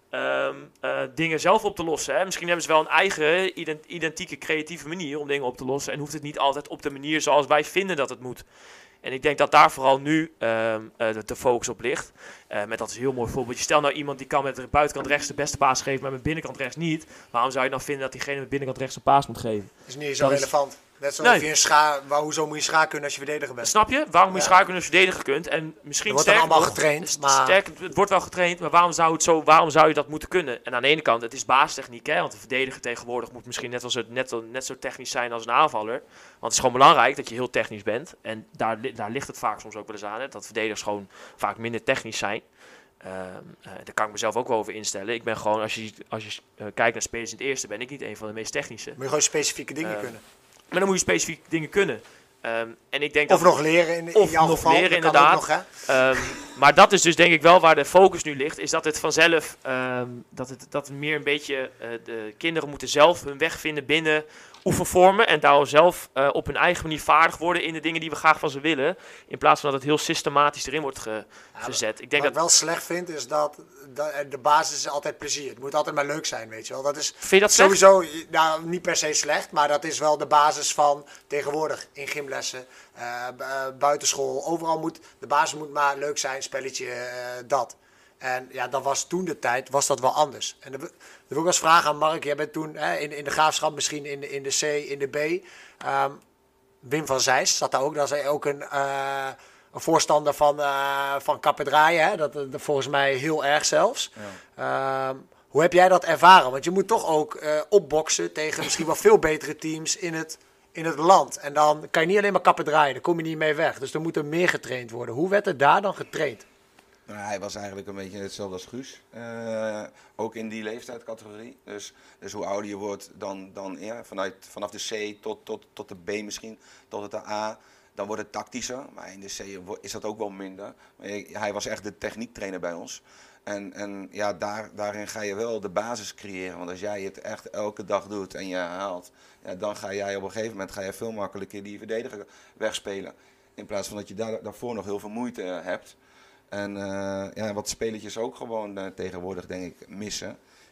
[SPEAKER 6] um, uh, dingen zelf op te lossen. Hè. Misschien hebben ze wel een eigen ident- identieke creatieve manier om dingen op te lossen. En hoeft het niet altijd op de manier zoals wij vinden dat het moet. En ik denk dat daar vooral nu uh, uh, de, de focus op ligt. Uh, met dat is een heel mooi voorbeeld. Stel nou iemand die kan met de buitenkant rechts de beste paas geven, maar met de binnenkant rechts niet. Waarom zou je dan vinden dat diegene met de binnenkant rechts een paas moet geven?
[SPEAKER 5] Dat is niet zo dat relevant. Is... Net zoals nee. je een scha... Waar, hoezo moet je schaar kunnen als je verdediger bent?
[SPEAKER 6] Snap je? Waarom moet je ja. schaar kunnen als je verdediger kunt? En misschien
[SPEAKER 5] wordt dan allemaal nog, getraind. Maar...
[SPEAKER 6] Sterk, het wordt wel getraind, maar waarom zou, het zo, waarom zou je dat moeten kunnen? En aan de ene kant, het is basistechniek, hè? Want de verdediger tegenwoordig moet misschien net, als het, net, net zo technisch zijn als een aanvaller. Want het is gewoon belangrijk dat je heel technisch bent. En daar, daar ligt het vaak soms ook wel eens aan, hè? Dat verdedigers gewoon vaak minder technisch zijn. Uh, uh, daar kan ik mezelf ook wel over instellen. Ik ben gewoon, als je, als je uh, kijkt naar spelers in het eerste, ben ik niet een van de meest technische.
[SPEAKER 5] Moet je gewoon specifieke dingen uh, kunnen.
[SPEAKER 6] Maar dan moet je specifieke dingen kunnen. Um, en ik denk
[SPEAKER 5] of
[SPEAKER 6] dat
[SPEAKER 5] nog leren, in, in
[SPEAKER 6] of
[SPEAKER 5] jouw
[SPEAKER 6] nog
[SPEAKER 5] geval.
[SPEAKER 6] leren, inderdaad. Nog, um, maar dat is dus denk ik wel waar de focus nu ligt. Is dat het vanzelf, um, dat het dat het meer een beetje, uh, de kinderen moeten zelf hun weg vinden binnen oefenvormen. En daar zelf uh, op hun eigen manier vaardig worden in de dingen die we graag van ze willen. In plaats van dat het heel systematisch erin wordt ge, ja, gezet. Ik denk
[SPEAKER 5] wat
[SPEAKER 6] dat
[SPEAKER 5] ik wel slecht vind is dat de, de basis is altijd plezier. Het moet altijd maar leuk zijn, weet je wel. Dat is
[SPEAKER 6] vind je dat
[SPEAKER 5] sowieso, nou, niet per se slecht, maar dat is wel de basis van tegenwoordig in gymlessen, uh, uh, buitenschool. Overal moet, de basis moet maar leuk zijn, spelletje, uh, dat. En ja, dat was toen de tijd, was dat wel anders. En dan wil ik wel eens vragen aan Mark, jij bent toen hè, in, in de Graafschap, misschien in de, in de C, in de B. Um, Wim van Zijs zat daar ook, dat is ook een, uh, een voorstander van, uh, van kappen draaien. Hè? Dat, dat volgens mij heel erg zelfs. Ja. Um, hoe heb jij dat ervaren? Want je moet toch ook uh, opboksen tegen misschien wel veel betere teams in het, in het land. En dan kan je niet alleen maar kappen draaien, daar kom je niet mee weg. Dus er moet er meer getraind worden. Hoe werd er daar dan getraind?
[SPEAKER 7] Nou, hij was eigenlijk een beetje hetzelfde als Guus, uh, ook in die leeftijdscategorie. Dus, dus hoe ouder je wordt, dan, dan ja, vanuit, vanaf de C tot, tot, tot de B misschien, tot het de A, dan wordt het tactischer. Maar in de C is dat ook wel minder. Maar hij was echt de techniektrainer bij ons. En, en ja, daar, daarin ga je wel de basis creëren. Want als jij het echt elke dag doet en je haalt, ja, dan ga jij op een gegeven moment ga je veel makkelijker die verdediger wegspelen. In plaats van dat je daar, daarvoor nog heel veel moeite hebt. En uh, ja, wat spelertjes ook gewoon uh, tegenwoordig denk ik missen,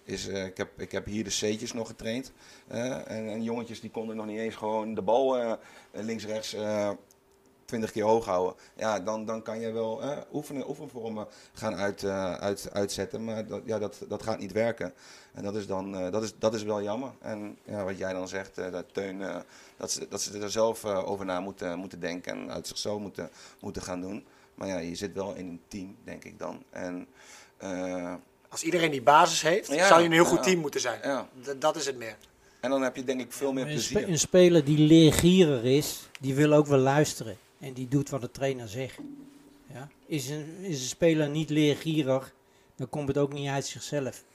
[SPEAKER 7] is, uh, ik, heb, ik heb hier de C'tjes nog getraind. Uh, en, en jongetjes die konden nog niet eens gewoon de bal uh, links-rechts uh, twintig keer hoog houden. Ja, dan, dan kan je wel uh, oefenen, oefenvormen gaan uit, uh, uit, uitzetten. Maar dat, ja, dat, dat gaat niet werken. En dat is, dan, uh, dat is, dat is wel jammer. En ja, wat jij dan zegt, uh, dat Teun, uh, dat, ze, dat ze er zelf uh, over na moeten, moeten denken en uit zichzelf moeten, moeten gaan doen. Maar ja, je zit wel in een team, denk ik dan. En, uh,
[SPEAKER 5] als iedereen die basis heeft, ja, zou je een heel goed ja, team moeten zijn. Ja. D- dat is het meer.
[SPEAKER 7] En dan heb je denk ik veel meer
[SPEAKER 8] een
[SPEAKER 7] plezier.
[SPEAKER 8] Spe- een speler die leergierig is, die wil ook wel luisteren. En die doet wat de trainer zegt. Ja? Is, een, is een speler niet leergierig, dan komt het ook niet uit zichzelf.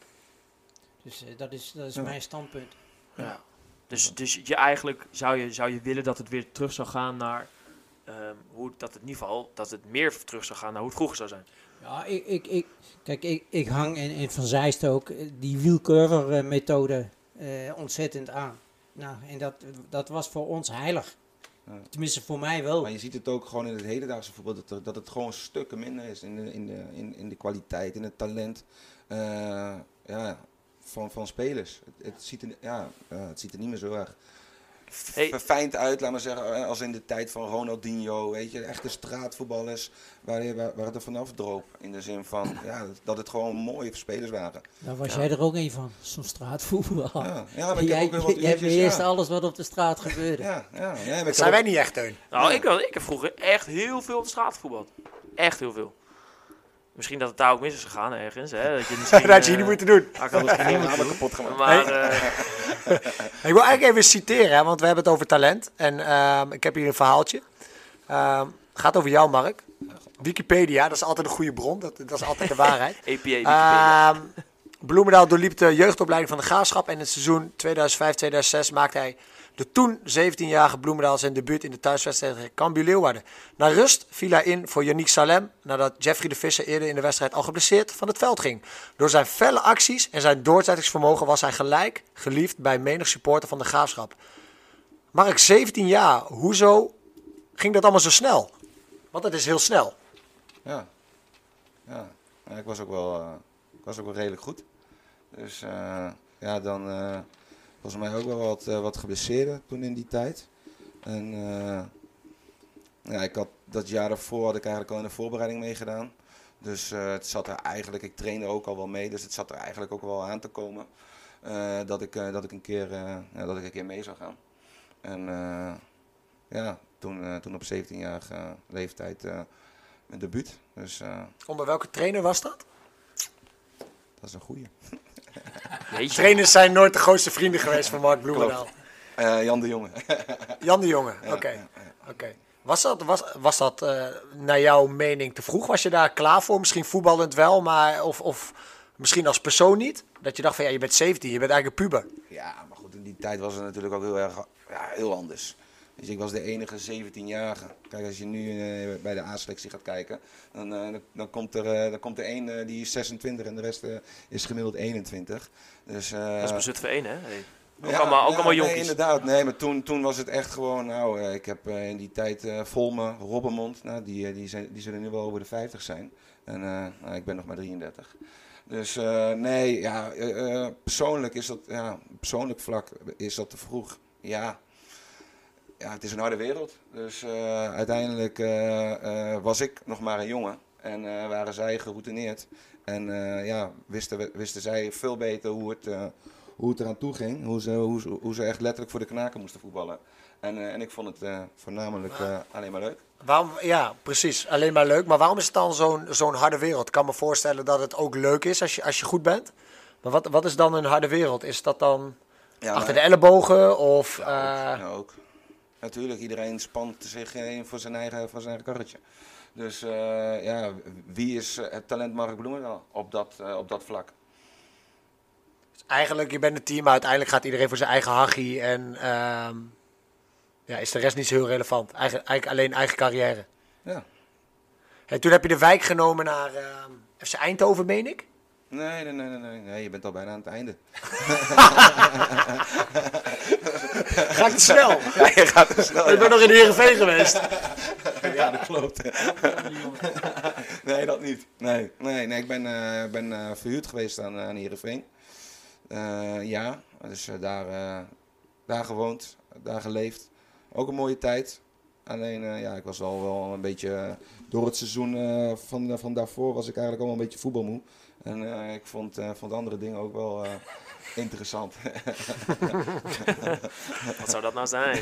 [SPEAKER 8] Dus uh, dat is, dat is ja. mijn standpunt.
[SPEAKER 6] Ja. Dus, dus je eigenlijk zou je, zou je willen dat het weer terug zou gaan naar... Um, hoe, dat het in ieder geval dat het meer terug zou gaan naar hoe het vroeger zou zijn.
[SPEAKER 8] Ja, ik, ik, ik, kijk, ik, ik hang in, in Van Zijst ook die wielcurver methode uh, ontzettend aan. Nou, en dat, dat was voor ons heilig. Ja. Tenminste voor mij wel.
[SPEAKER 7] Maar je ziet het ook gewoon in het hedendaagse voetbal, dat, er, dat het gewoon stukken minder is in de, in de, in, in de kwaliteit, in het talent uh, ja, van, van spelers. Het, het, ziet er, ja, uh, het ziet er niet meer zo erg hey. verfijnd uit, laat maar zeggen, als in de tijd van Ronaldinho, weet je, echte straatvoetballers waar, waar, waar het er vanaf droop. In de zin van, ja, dat het gewoon mooie spelers waren.
[SPEAKER 8] Daar was ja. jij er ook een van, zo'n straatvoetbal.
[SPEAKER 7] Ja, ja, maar ik
[SPEAKER 8] jij
[SPEAKER 7] heb ook wel
[SPEAKER 8] jij beheerst ja. alles wat op de straat gebeurde.
[SPEAKER 7] Ja, ja, ja,
[SPEAKER 5] dat zijn wij niet echt, Teun.
[SPEAKER 6] Nou, ik, ik heb vroeger echt heel veel op de straat gevoetbald. Echt heel veel. Misschien dat het daar ook mis is gegaan ergens. Hè? Dat je misschien,
[SPEAKER 5] dat had je niet moeten doen.
[SPEAKER 6] Ik had het geen namen kapot gemaakt. Maar, uh...
[SPEAKER 5] ik wil eigenlijk even citeren, hè, want we hebben het over talent. En uh, ik heb hier een verhaaltje. Uh, gaat over jou, Mark. Wikipedia, dat is altijd een goede bron. Dat, dat is altijd de waarheid.
[SPEAKER 6] E P A, Wikipedia.
[SPEAKER 5] Uh, Bloemendaal doorliep de jeugdopleiding van de Graafschap. En in het seizoen tweeduizend vijf tweeduizend zes maakte hij de toen zeventienjarige Bloemendaal zijn debuut in de thuiswedstrijd tegen Cambuur Leeuwarden. Na rust viel hij in voor Yannick Salem nadat Jeffrey de Visser eerder in de wedstrijd al geblesseerd van het veld ging. Door zijn felle acties en zijn doorzettingsvermogen was hij gelijk geliefd bij menig supporter van de Graafschap. Mark, zeventien jaar, hoezo ging dat allemaal zo snel? Want het is heel snel.
[SPEAKER 7] Ja, ja. ja ik, was ook wel, uh, ik was ook wel redelijk goed. Dus uh, ja, dan... Uh, volgens mij ook wel wat, uh, wat geblesseerd toen in die tijd. En uh, ja, ik had dat jaar daarvoor had ik eigenlijk al in de voorbereiding meegedaan. Dus uh, het zat er eigenlijk, ik trainde ook al wel mee, dus het zat er eigenlijk ook wel aan te komen. Uh, dat, ik, uh, dat, ik een keer, uh, ja, dat ik een keer mee zou gaan. En uh, ja, toen, uh, toen op zeventienjarige leeftijd uh, mijn debuut. Dus, uh,
[SPEAKER 5] onder welke trainer was dat?
[SPEAKER 7] Dat is een goeie.
[SPEAKER 5] Trainers zijn nooit de grootste vrienden geweest van Mark Bloemendaal.
[SPEAKER 7] Uh, Jan de Jonge.
[SPEAKER 5] Jan de Jonge, oké. Okay. Ja, ja, ja. okay. Was dat, was, was dat uh, naar jouw mening te vroeg? Was je daar klaar voor? Misschien voetballend wel, maar of, of misschien als persoon niet? Dat je dacht van ja, je bent zeventien, je bent eigenlijk een puber.
[SPEAKER 7] Ja, maar goed, in die tijd was het natuurlijk ook heel erg ja, heel anders. Dus ik was de enige zeventienjarige. Kijk, als je nu uh, bij de A-selectie gaat kijken, dan, uh, dan, dan, komt er, uh, dan komt er één uh, die is zesentwintig en de rest uh, is gemiddeld eenentwintig. Dus, uh,
[SPEAKER 6] dat is bij Zutphen één, hè? Hey. Ook
[SPEAKER 7] ja,
[SPEAKER 6] allemaal, ook
[SPEAKER 7] ja,
[SPEAKER 6] allemaal
[SPEAKER 7] nee,
[SPEAKER 6] jonkies.
[SPEAKER 7] inderdaad. Nee, maar toen, toen was het echt gewoon, nou, uh, ik heb uh, in die tijd uh, Volme, Robbermond, nou, die, uh, die, zijn, die zullen nu wel over de vijftig zijn. En uh, nou, ik ben nog maar drieëndertig. Dus uh, nee, ja, uh, uh, persoonlijk is dat, ja, persoonlijk vlak is dat te vroeg. Ja. Ja, het is een harde wereld. Dus uh, uiteindelijk uh, uh, was ik nog maar een jongen. En uh, waren zij geroutineerd. En uh, ja, wisten, wisten zij veel beter hoe het, uh, hoe het eraan toe ging. Hoe ze, hoe, ze, hoe ze echt letterlijk voor de knaken moesten voetballen. En, uh, en ik vond het uh, voornamelijk uh, alleen maar leuk.
[SPEAKER 5] Waarom, ja, precies. Alleen maar leuk. Maar waarom is het dan zo'n zo'n harde wereld? Ik kan me voorstellen dat het ook leuk is als je, als je goed bent. Maar wat, wat is dan een harde wereld? Is dat dan ja, achter maar, de ellebogen? Of,
[SPEAKER 7] ja, ook,
[SPEAKER 5] uh,
[SPEAKER 7] ja, ook. Natuurlijk, iedereen spant zich in voor zijn eigen, voor zijn eigen karretje. Dus uh, ja, wie is het talent Mark Bloemendaal op dat, uh, op dat vlak?
[SPEAKER 5] Dus eigenlijk, je bent een team, maar uiteindelijk gaat iedereen voor zijn eigen hachie. En uh, ja, is de rest niet zo heel relevant. Eigen, eigenlijk alleen eigen carrière.
[SPEAKER 7] Ja.
[SPEAKER 5] Hey, toen heb je de wijk genomen naar uh, F C Eindhoven, meen ik?
[SPEAKER 7] Nee, nee, nee, nee, nee, je bent al bijna aan het einde.
[SPEAKER 5] Ga ik te snel?
[SPEAKER 7] Ja, je gaat te snel.
[SPEAKER 5] Ik ja. ben nog in Heerenveen geweest.
[SPEAKER 7] Ja, dat klopt. Nee, dat niet. Nee, nee, nee ik ben, uh, ben uh, verhuurd geweest aan, aan Heerenveen. Uh, ja, dus uh, daar, uh, daar gewoond, daar geleefd. Ook een mooie tijd. Alleen, uh, ja, ik was al wel een beetje, uh, door het seizoen uh, van, uh, van daarvoor was ik eigenlijk al wel een beetje voetbalmoe. En uh, ik vond, uh, vond andere dingen ook wel uh, interessant.
[SPEAKER 6] Wat zou dat nou zijn?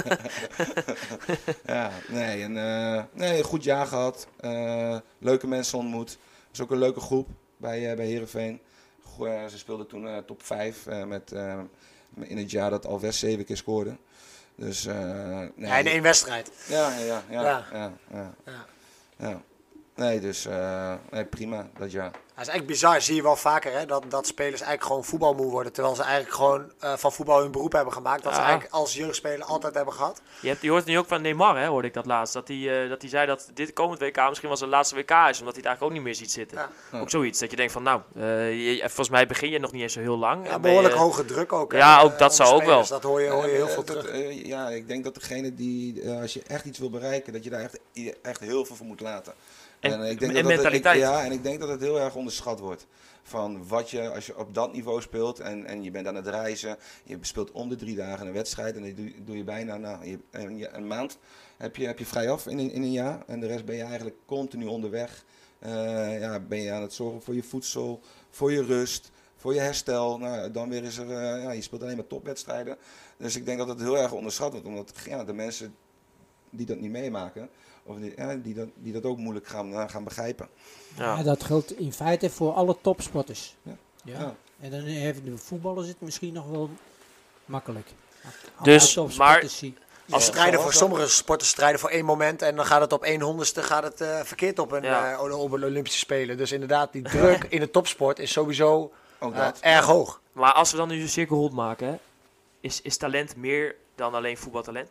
[SPEAKER 7] ja, nee, en, uh, nee, een goed jaar gehad. Uh, leuke mensen ontmoet. Het was ook een leuke groep bij, uh, bij Heerenveen. Uh, ze speelden toen uh, top vijf uh, met, uh, in het jaar dat Alves zeven keer scoorde. Dus, uh, nee.
[SPEAKER 5] Ja, in één wedstrijd.
[SPEAKER 7] Ja, ja, ja. ja,
[SPEAKER 5] ja.
[SPEAKER 7] ja, ja,
[SPEAKER 5] ja.
[SPEAKER 7] ja. Nee, dus uh, nee, prima dat jaar.
[SPEAKER 5] Dat is eigenlijk bizar, zie je wel vaker, hè? Dat, dat spelers eigenlijk gewoon voetbalmoe worden. Terwijl ze eigenlijk gewoon uh, van voetbal hun beroep hebben gemaakt. Dat ja. ze eigenlijk als jeugdspeler altijd hebben gehad.
[SPEAKER 6] Je, hebt, je hoort het nu ook van Neymar, hè, hoorde ik dat laatst. Dat hij uh, dat hij zei dat dit komend W K misschien wel zijn laatste W K is. Omdat hij het eigenlijk ook niet meer ziet zitten. Ja. Ja. Ook zoiets. Dat je denkt van nou, uh, je, volgens mij begin je nog niet eens zo heel lang.
[SPEAKER 5] Ja, behoorlijk
[SPEAKER 6] je,
[SPEAKER 5] hoge druk ook.
[SPEAKER 6] Ja,
[SPEAKER 5] hè,
[SPEAKER 6] ook dat zou
[SPEAKER 5] spelers.
[SPEAKER 6] ook wel.
[SPEAKER 5] Dat hoor je, hoor je heel
[SPEAKER 7] uh,
[SPEAKER 5] veel
[SPEAKER 7] dat,
[SPEAKER 5] terug.
[SPEAKER 7] Uh, ja, ik denk dat degene die, uh, als je echt iets wil bereiken, dat je daar echt, echt heel veel voor moet laten.
[SPEAKER 6] En,
[SPEAKER 7] en, ik denk
[SPEAKER 6] en
[SPEAKER 7] dat
[SPEAKER 6] mentaliteit.
[SPEAKER 7] Het, ik, ja, en ik denk dat het heel erg onderschat wordt. Van wat je, als je op dat niveau speelt en, en je bent aan het reizen, je speelt om de drie dagen een wedstrijd en dat doe, doe je bijna nou, je, een, een maand heb je, heb je vrij af in, in een jaar en de rest ben je eigenlijk continu onderweg. Uh, ja, ben je aan het zorgen voor je voedsel, voor je rust, voor je herstel. Nou, dan weer is er, uh, ja, je speelt alleen maar topwedstrijden. Dus ik denk dat het heel erg onderschat wordt, omdat ja, de mensen die dat niet meemaken, of die, ja, die, dat, die dat ook moeilijk gaan, uh, gaan begrijpen.
[SPEAKER 8] Ja. Ja, dat geldt in feite voor alle topsporters.
[SPEAKER 7] Ja.
[SPEAKER 8] Ja.
[SPEAKER 7] Ja.
[SPEAKER 8] En dan hebben de voetballers het misschien nog wel makkelijk.
[SPEAKER 6] Dus, maar
[SPEAKER 5] als strijden voor sommige sporters strijden voor één moment en dan gaat het op één honderdste gaat het uh, verkeerd op een, ja. uh, op een Olympische Spelen. Dus inderdaad, die druk in de topsport is sowieso uh, erg hoog.
[SPEAKER 6] Maar als we dan nu een cirkel rond maken, hè, is, is talent meer dan alleen voetbaltalent?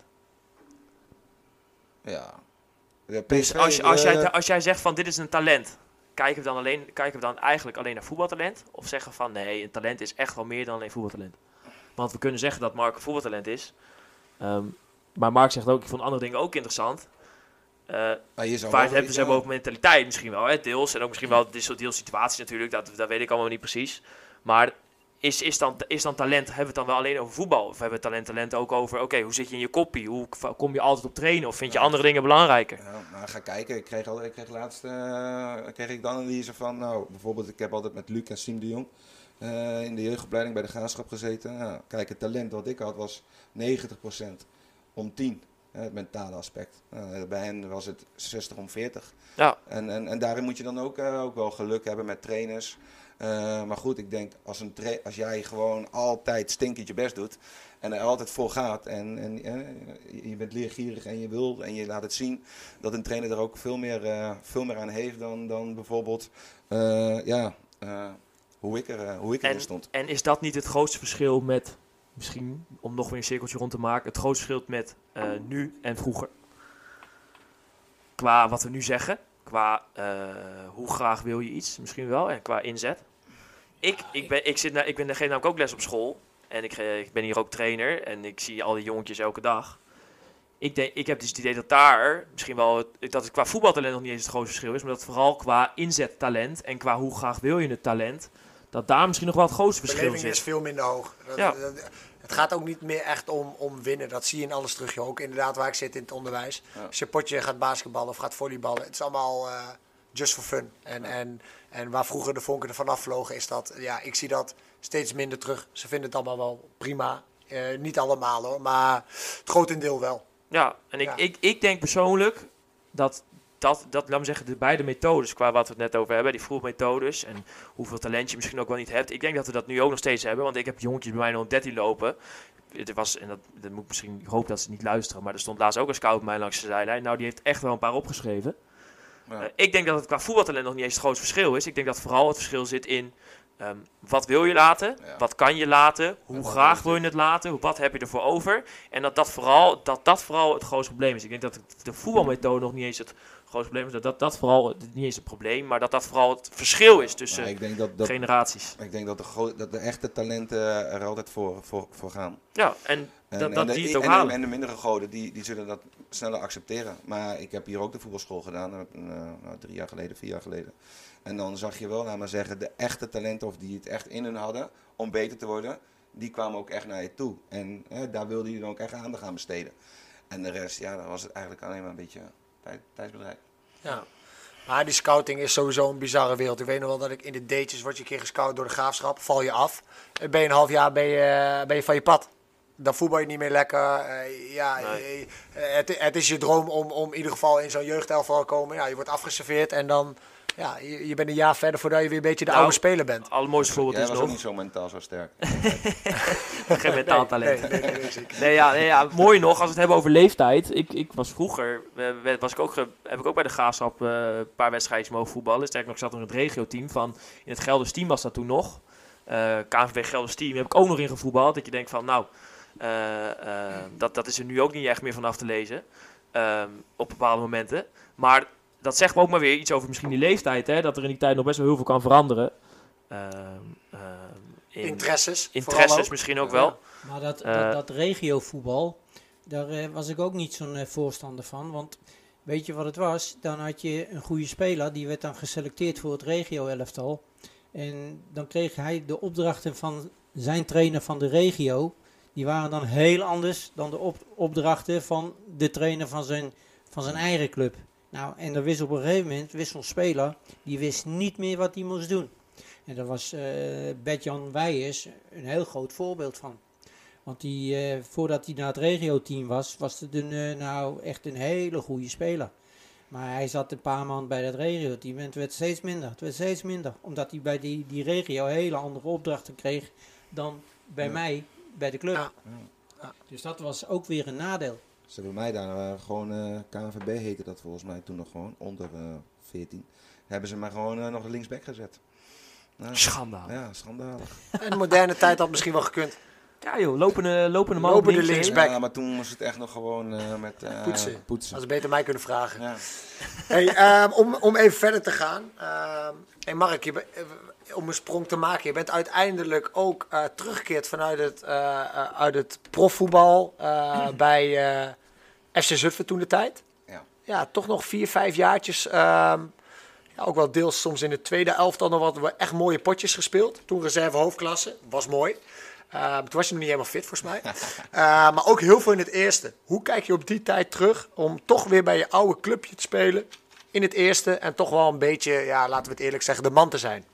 [SPEAKER 7] Ja.
[SPEAKER 6] Dus als, als, jij, als jij zegt van dit is een talent, kijken we dan, alleen, kijken we dan eigenlijk alleen naar voetbaltalent? Of zeggen van nee, een talent is echt wel meer dan alleen voetbaltalent? Want we kunnen zeggen dat Mark een voetbaltalent is. Um, maar Mark zegt ook, ik vond andere dingen ook interessant. Uh, waar het hebben ze hebben over mentaliteit misschien wel, hè, deels. En ook misschien wel deels situaties natuurlijk, dat, dat weet ik allemaal niet precies. Maar is, is, dan, is dan talent, hebben we het dan wel alleen over voetbal? Of hebben we talent, talent ook over, oké, okay, hoe zit je in je koppie? Hoe kom je altijd op trainen? Of vind je ja. andere dingen belangrijker?
[SPEAKER 7] Ja, nou, ga kijken. Ik kreeg, al, ik kreeg laatst uh, kreeg ik de analyse van, nou, bijvoorbeeld, ik heb altijd met Luc en Siem de Jong uh, in de jeugdopleiding bij de Graafschap gezeten. Nou, kijk, het talent wat ik had was negentig procent om tien. Het mentale aspect. Uh, bij hen was het zestig om veertig.
[SPEAKER 6] Ja.
[SPEAKER 7] En, en, en daarin moet je dan ook, uh, ook wel geluk hebben met trainers. Uh, maar goed, ik denk als, een tra- als jij gewoon altijd stinkend je best doet en er altijd voor gaat en, en uh, je bent leergierig en je wil en je laat het zien, dat een trainer er ook veel meer, uh, veel meer aan heeft dan, dan bijvoorbeeld uh, ja, uh, hoe ik, er, uh, hoe ik
[SPEAKER 6] en,
[SPEAKER 7] erin stond.
[SPEAKER 6] En is dat niet het grootste verschil met, misschien om nog weer een cirkeltje rond te maken, het grootste verschil met uh, nu en vroeger? Qua wat we nu zeggen. Qua uh, hoe graag wil je iets, misschien wel, en qua inzet. Ik, ik, ben, ik, zit na, ik ben, geef namelijk ook les op school. En ik, ik ben hier ook trainer. En ik zie al die jongetjes elke dag. Ik, denk, ik heb dus het idee dat daar misschien wel, het, dat het qua voetbaltalent nog niet eens het grootste verschil is. Maar dat het vooral qua inzettalent en qua hoe graag wil je het talent, dat daar misschien nog wel het grootste verschil zit.
[SPEAKER 5] De beleving is veel minder hoog. Dat,
[SPEAKER 6] ja.
[SPEAKER 5] dat, het gaat ook niet meer echt om, om winnen. Dat zie je in alles terug. Ook inderdaad waar ik zit in het onderwijs. Ja. Als je potje gaat basketballen of gaat volleyballen. Het is allemaal uh, just for fun. En, ja. en, en waar vroeger de vonken er vanaf vlogen is dat... Ja, ik zie dat steeds minder terug. Ze vinden het allemaal wel prima. Uh, niet allemaal hoor, maar het grotendeel wel.
[SPEAKER 6] Ja, en ik, ja. ik, ik denk persoonlijk dat... Dat, dat, laat me zeggen, de beide methodes, qua wat we het net over hebben, die vroegmethodes en hoeveel talent je misschien ook wel niet hebt. Ik denk dat we dat nu ook nog steeds hebben, want ik heb jongetjes bij mij nog dertien lopen. Er was, en dat, dat moet ik misschien, ik hoop dat ze niet luisteren, maar er stond laatst ook een scout bij mij langs de zijlijn. Nou, die heeft echt wel een paar opgeschreven. Ja. Uh, ik denk dat het qua voetbaltalent nog niet eens het grootste verschil is. Ik denk dat vooral het verschil zit in, um, wat wil je laten, ja. wat kan je laten, hoe ja, graag wil je het laten, wat heb je ervoor over. En dat dat vooral, dat dat vooral het grootste probleem is. Ik denk dat de voetbalmethode nog niet eens het grootste probleem is. Dat dat, dat vooral, niet eens het probleem, maar dat dat vooral het verschil is tussen
[SPEAKER 7] ja, ik denk dat, dat,
[SPEAKER 6] generaties.
[SPEAKER 7] Ik denk dat de, gro- dat de echte talenten er altijd voor, voor, voor gaan.
[SPEAKER 6] Ja, en
[SPEAKER 7] En,
[SPEAKER 6] dat,
[SPEAKER 7] en
[SPEAKER 6] dat
[SPEAKER 7] de,
[SPEAKER 6] die het ook
[SPEAKER 7] en,
[SPEAKER 6] halen.
[SPEAKER 7] en de mindere goden, die, die zullen dat sneller accepteren. Maar ik heb hier ook de voetbalschool gedaan, uh, nou, drie jaar geleden, vier jaar geleden. En dan zag je wel, laat maar zeggen, de echte talenten, of die het echt in hun hadden om beter te worden, die kwamen ook echt naar je toe. En uh, daar wilde je dan ook echt aandacht aan besteden. En de rest, ja, dan was het eigenlijk alleen maar een beetje tijd, tijdsbedrijf.
[SPEAKER 5] Ja. Maar die scouting is sowieso een bizarre wereld. Ik weet nog wel dat ik in de datejes word je een keer gescout door de Graafschap. Val je af. Ben je een half jaar ben je, ben je van je pad. Dan voetbal je niet meer lekker. Uh, ja,
[SPEAKER 6] Nee.
[SPEAKER 5] uh, het, het is je droom om, om in ieder geval in zo'n jeugdelftal te komen. Ja, je wordt afgeserveerd en dan... Ja, je, je bent een jaar verder voordat je weer een beetje de
[SPEAKER 6] Nou,
[SPEAKER 5] oude speler bent.
[SPEAKER 6] Het allermooiste voorbeeld
[SPEAKER 7] Jij
[SPEAKER 6] is
[SPEAKER 7] was
[SPEAKER 6] nog...
[SPEAKER 7] ook niet zo mentaal zo sterk.
[SPEAKER 6] Geen mentaal talent.
[SPEAKER 5] Nee, nee, nee, nee, zeker.
[SPEAKER 6] Nee, ja, nee, ja, mooi nog, als we het hebben over leeftijd. Ik, ik was vroeger, eh, was ik ook, ge- heb ik ook bij de Graafschap eh, een paar wedstrijdjes mogen voetballen. Sterker nog, ik zat nog in het regio-team van, in het Gelders team was dat toen nog. Eh K N V B Gelders team heb ik ook nog in gevoetbald. Dat je denkt van, nou, uh, uh, dat, dat is er nu ook niet echt meer vanaf te lezen. Um, op bepaalde momenten. Maar dat zegt me ook maar weer iets over misschien die leeftijd. Hè, dat er in die tijd nog best wel heel veel kan veranderen. Um, um, in
[SPEAKER 5] Interesses.
[SPEAKER 6] interesses misschien ook wel.
[SPEAKER 8] Maar dat,
[SPEAKER 6] Uh,
[SPEAKER 8] dat, dat regiovoetbal, daar eh, was ik ook niet zo'n eh, voorstander van. Want weet je wat het was? Dan had je een goede speler, die werd dan geselecteerd voor het regio-elftal. En dan kreeg hij de opdrachten van zijn trainer van de regio. Die waren dan heel anders dan de op- opdrachten van de trainer van zijn, van zijn eigen club. Nou, en er wist op een gegeven moment, wist zo'n speler, die wist niet meer wat hij moest doen. En daar was uh, Bert-Jan Weijers een heel groot voorbeeld van. Want die, uh, voordat hij naar het regio-team was, was het een, uh, nou echt een hele goede speler. Maar hij zat een paar maanden bij dat regio-team en het werd steeds minder. Het werd steeds minder, omdat hij bij die, die regio hele andere opdrachten kreeg dan bij
[SPEAKER 7] Ja.
[SPEAKER 8] mij, bij de club.
[SPEAKER 5] Ja.
[SPEAKER 8] Ja. Dus dat was ook weer een nadeel.
[SPEAKER 7] Ze hebben mij daar uh, gewoon, uh, K N V B heette dat volgens mij toen nog gewoon, onder uh, veertien. Hebben ze mij gewoon uh, nog de linksback gezet. Nou,
[SPEAKER 6] Schandaal.
[SPEAKER 7] ja, schandalig.
[SPEAKER 5] En de moderne tijd had misschien wel gekund.
[SPEAKER 6] Ja joh, lopende, lopende man
[SPEAKER 5] Lopende
[SPEAKER 6] op links,
[SPEAKER 5] links.
[SPEAKER 6] hè?
[SPEAKER 5] Back.
[SPEAKER 7] Ja, maar toen was het echt nog gewoon uh, met uh,
[SPEAKER 5] Poetsen.
[SPEAKER 7] poetsen.
[SPEAKER 5] Als ze beter mij kunnen vragen.
[SPEAKER 7] Ja.
[SPEAKER 5] Hey, um, om, om even verder te gaan. Um, hey Mark, je be- uh, om een sprong te maken. Je bent uiteindelijk ook uh, teruggekeerd vanuit het, uh, uh, uit het profvoetbal uh, bij uh, F C Zutphen toen de tijd.
[SPEAKER 7] Ja.
[SPEAKER 5] Ja, toch nog vier, vijf jaartjes. Um, ja, ook wel deels soms in de tweede elftal nog wat echt mooie potjes gespeeld. Toen reserve hoofdklasse. Was mooi. Uh, toen was je nog niet helemaal fit, volgens mij. Uh, maar ook heel veel in het eerste. Hoe kijk je op die tijd terug om toch weer bij je oude clubje te spelen in het eerste en toch wel een beetje, ja, laten we het eerlijk zeggen, de man te zijn?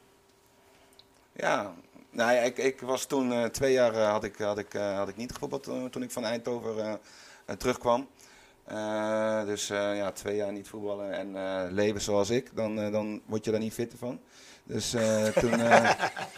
[SPEAKER 7] Ja, nou ja, ik, ik was toen uh, twee jaar uh, had ik, had ik, uh, had ik niet gevoetbald uh, toen ik van Eindhoven uh, uh, terugkwam. Uh, dus uh, ja, twee jaar niet voetballen en uh, leven zoals ik, dan, uh, dan word je daar niet fitter van. Dus uh, toen... Uh,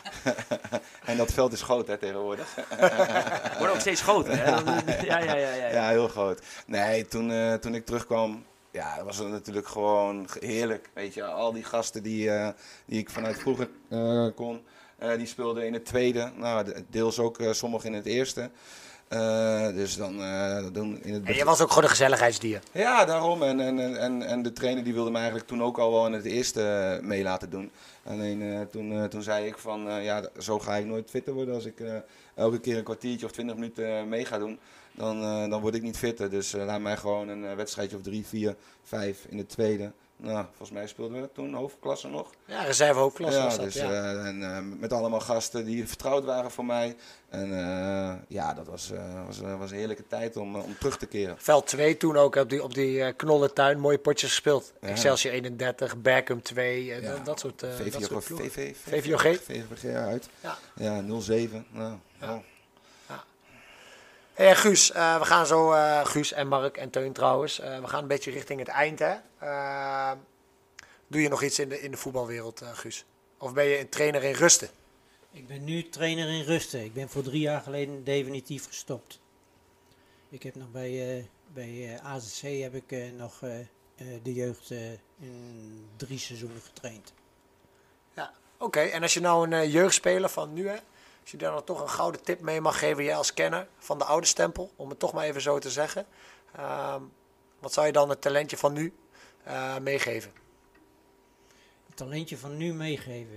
[SPEAKER 7] en dat veld is groot hè, tegenwoordig.
[SPEAKER 6] Wordt ook steeds groter, hè? Ja, ja, ja, ja, ja.
[SPEAKER 7] Ja, heel groot. Nee, toen, uh, toen ik terugkwam, ja, was het natuurlijk gewoon heerlijk. Weet je, al die gasten die, uh, die ik vanuit vroeger uh, kon, uh, die speelden in het tweede. Nou, deels ook uh, sommigen in het eerste. Uh, dus dan uh, doen in het
[SPEAKER 5] En je was ook gewoon een gezelligheidsdier.
[SPEAKER 7] Ja, daarom. En, en, en, en de trainer die wilde me eigenlijk toen ook al wel in het eerste uh, mee laten doen. Alleen uh, toen, uh, toen zei ik van, uh, ja, zo ga ik nooit fitter worden als ik uh, elke keer een kwartiertje of twintig minuten uh, mee ga doen. Dan, uh, dan word ik niet fitter. Dus uh, laat mij gewoon een uh, wedstrijdje of drie, vier, vijf in de tweede. Nou, volgens mij speelden we toen hoofdklasse nog.
[SPEAKER 5] Ja, reserve hoofdklasse
[SPEAKER 7] ja,
[SPEAKER 5] was dat,
[SPEAKER 7] dus,
[SPEAKER 5] ja.
[SPEAKER 7] Uh, en, uh, met allemaal gasten die vertrouwd waren voor mij. En uh, ja, dat was, uh, was, uh, was een heerlijke tijd om, uh, om terug te keren.
[SPEAKER 5] Veld twee toen ook op die, op die uh, knollentuin, mooie potjes gespeeld.
[SPEAKER 7] Ja.
[SPEAKER 5] Excelsior eenendertig, Berkum twee, uh,
[SPEAKER 7] Ja.
[SPEAKER 5] dat, dat soort uh,
[SPEAKER 7] V V
[SPEAKER 5] dat soort
[SPEAKER 7] V
[SPEAKER 5] ploegen.
[SPEAKER 7] V
[SPEAKER 5] V V O G?
[SPEAKER 7] V V G uit.
[SPEAKER 5] Ja.
[SPEAKER 7] Ja, nul zeven. Nou,
[SPEAKER 5] Ja.
[SPEAKER 7] oh.
[SPEAKER 5] Hey, Guus, uh, we gaan zo, uh, Guus en Mark en Teun trouwens, uh, we gaan een beetje richting het eind, hè. Uh, doe je nog iets in de, in de voetbalwereld, uh, Guus? Of ben je een trainer in rusten?
[SPEAKER 8] Ik ben nu trainer in Rusten. Ik ben voor drie jaar geleden definitief gestopt. Ik heb nog bij, uh, bij uh, A Z C heb ik uh, nog uh, uh, de jeugd uh, in drie seizoenen getraind.
[SPEAKER 5] Ja, oké. Okay. En als je nou een uh, jeugdspeler van nu, hè, als je daar dan toch een gouden tip mee mag geven, jij als kenner van de oude stempel, om het toch maar even zo te zeggen. Uh, wat zou je dan het talentje van nu uh, meegeven?
[SPEAKER 8] Het talentje van nu meegeven?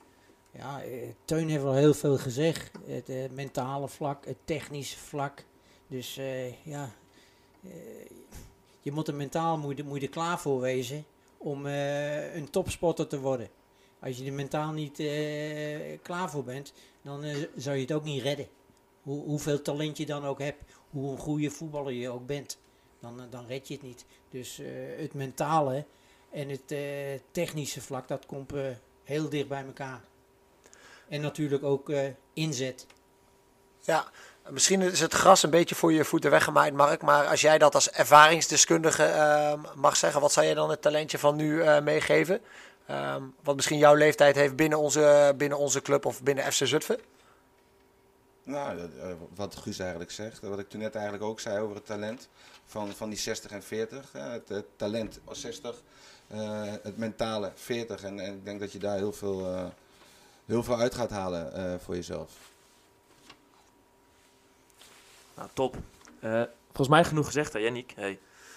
[SPEAKER 8] Ja, uh, Teun heeft wel heel veel gezegd. Het uh, mentale vlak, het technische vlak. Dus uh, ja, uh, je moet er mentaal moet, moet je er klaar voor wezen om uh, een topsporter te worden. Als je er mentaal niet uh, klaar voor bent, dan uh, zou je het ook niet redden. Hoe, hoeveel talent je dan ook hebt, hoe een goede voetballer je ook bent, dan, uh, dan red je het niet. Dus uh, het mentale en het uh, technische vlak, dat komt uh, heel dicht bij elkaar. En natuurlijk ook uh, inzet.
[SPEAKER 5] Ja, misschien is het gras een beetje voor je voeten weggemaaid, Mark. Maar als jij dat als ervaringsdeskundige uh, mag zeggen, wat zou jij dan het talentje van nu uh, meegeven? Um, wat misschien jouw leeftijd heeft binnen onze, binnen onze club of binnen F C Zutphen?
[SPEAKER 7] Nou, dat, uh, wat Guus eigenlijk zegt, wat ik toen net eigenlijk ook zei over het talent van, van die zestig en veertig. Uh, het, het talent zestig, uh, het mentale veertig. En, en ik denk dat je daar heel veel, uh, heel veel uit gaat halen uh, voor jezelf.
[SPEAKER 6] Nou, top. Uh, volgens mij genoeg gezegd, hè, Yannick? Hey.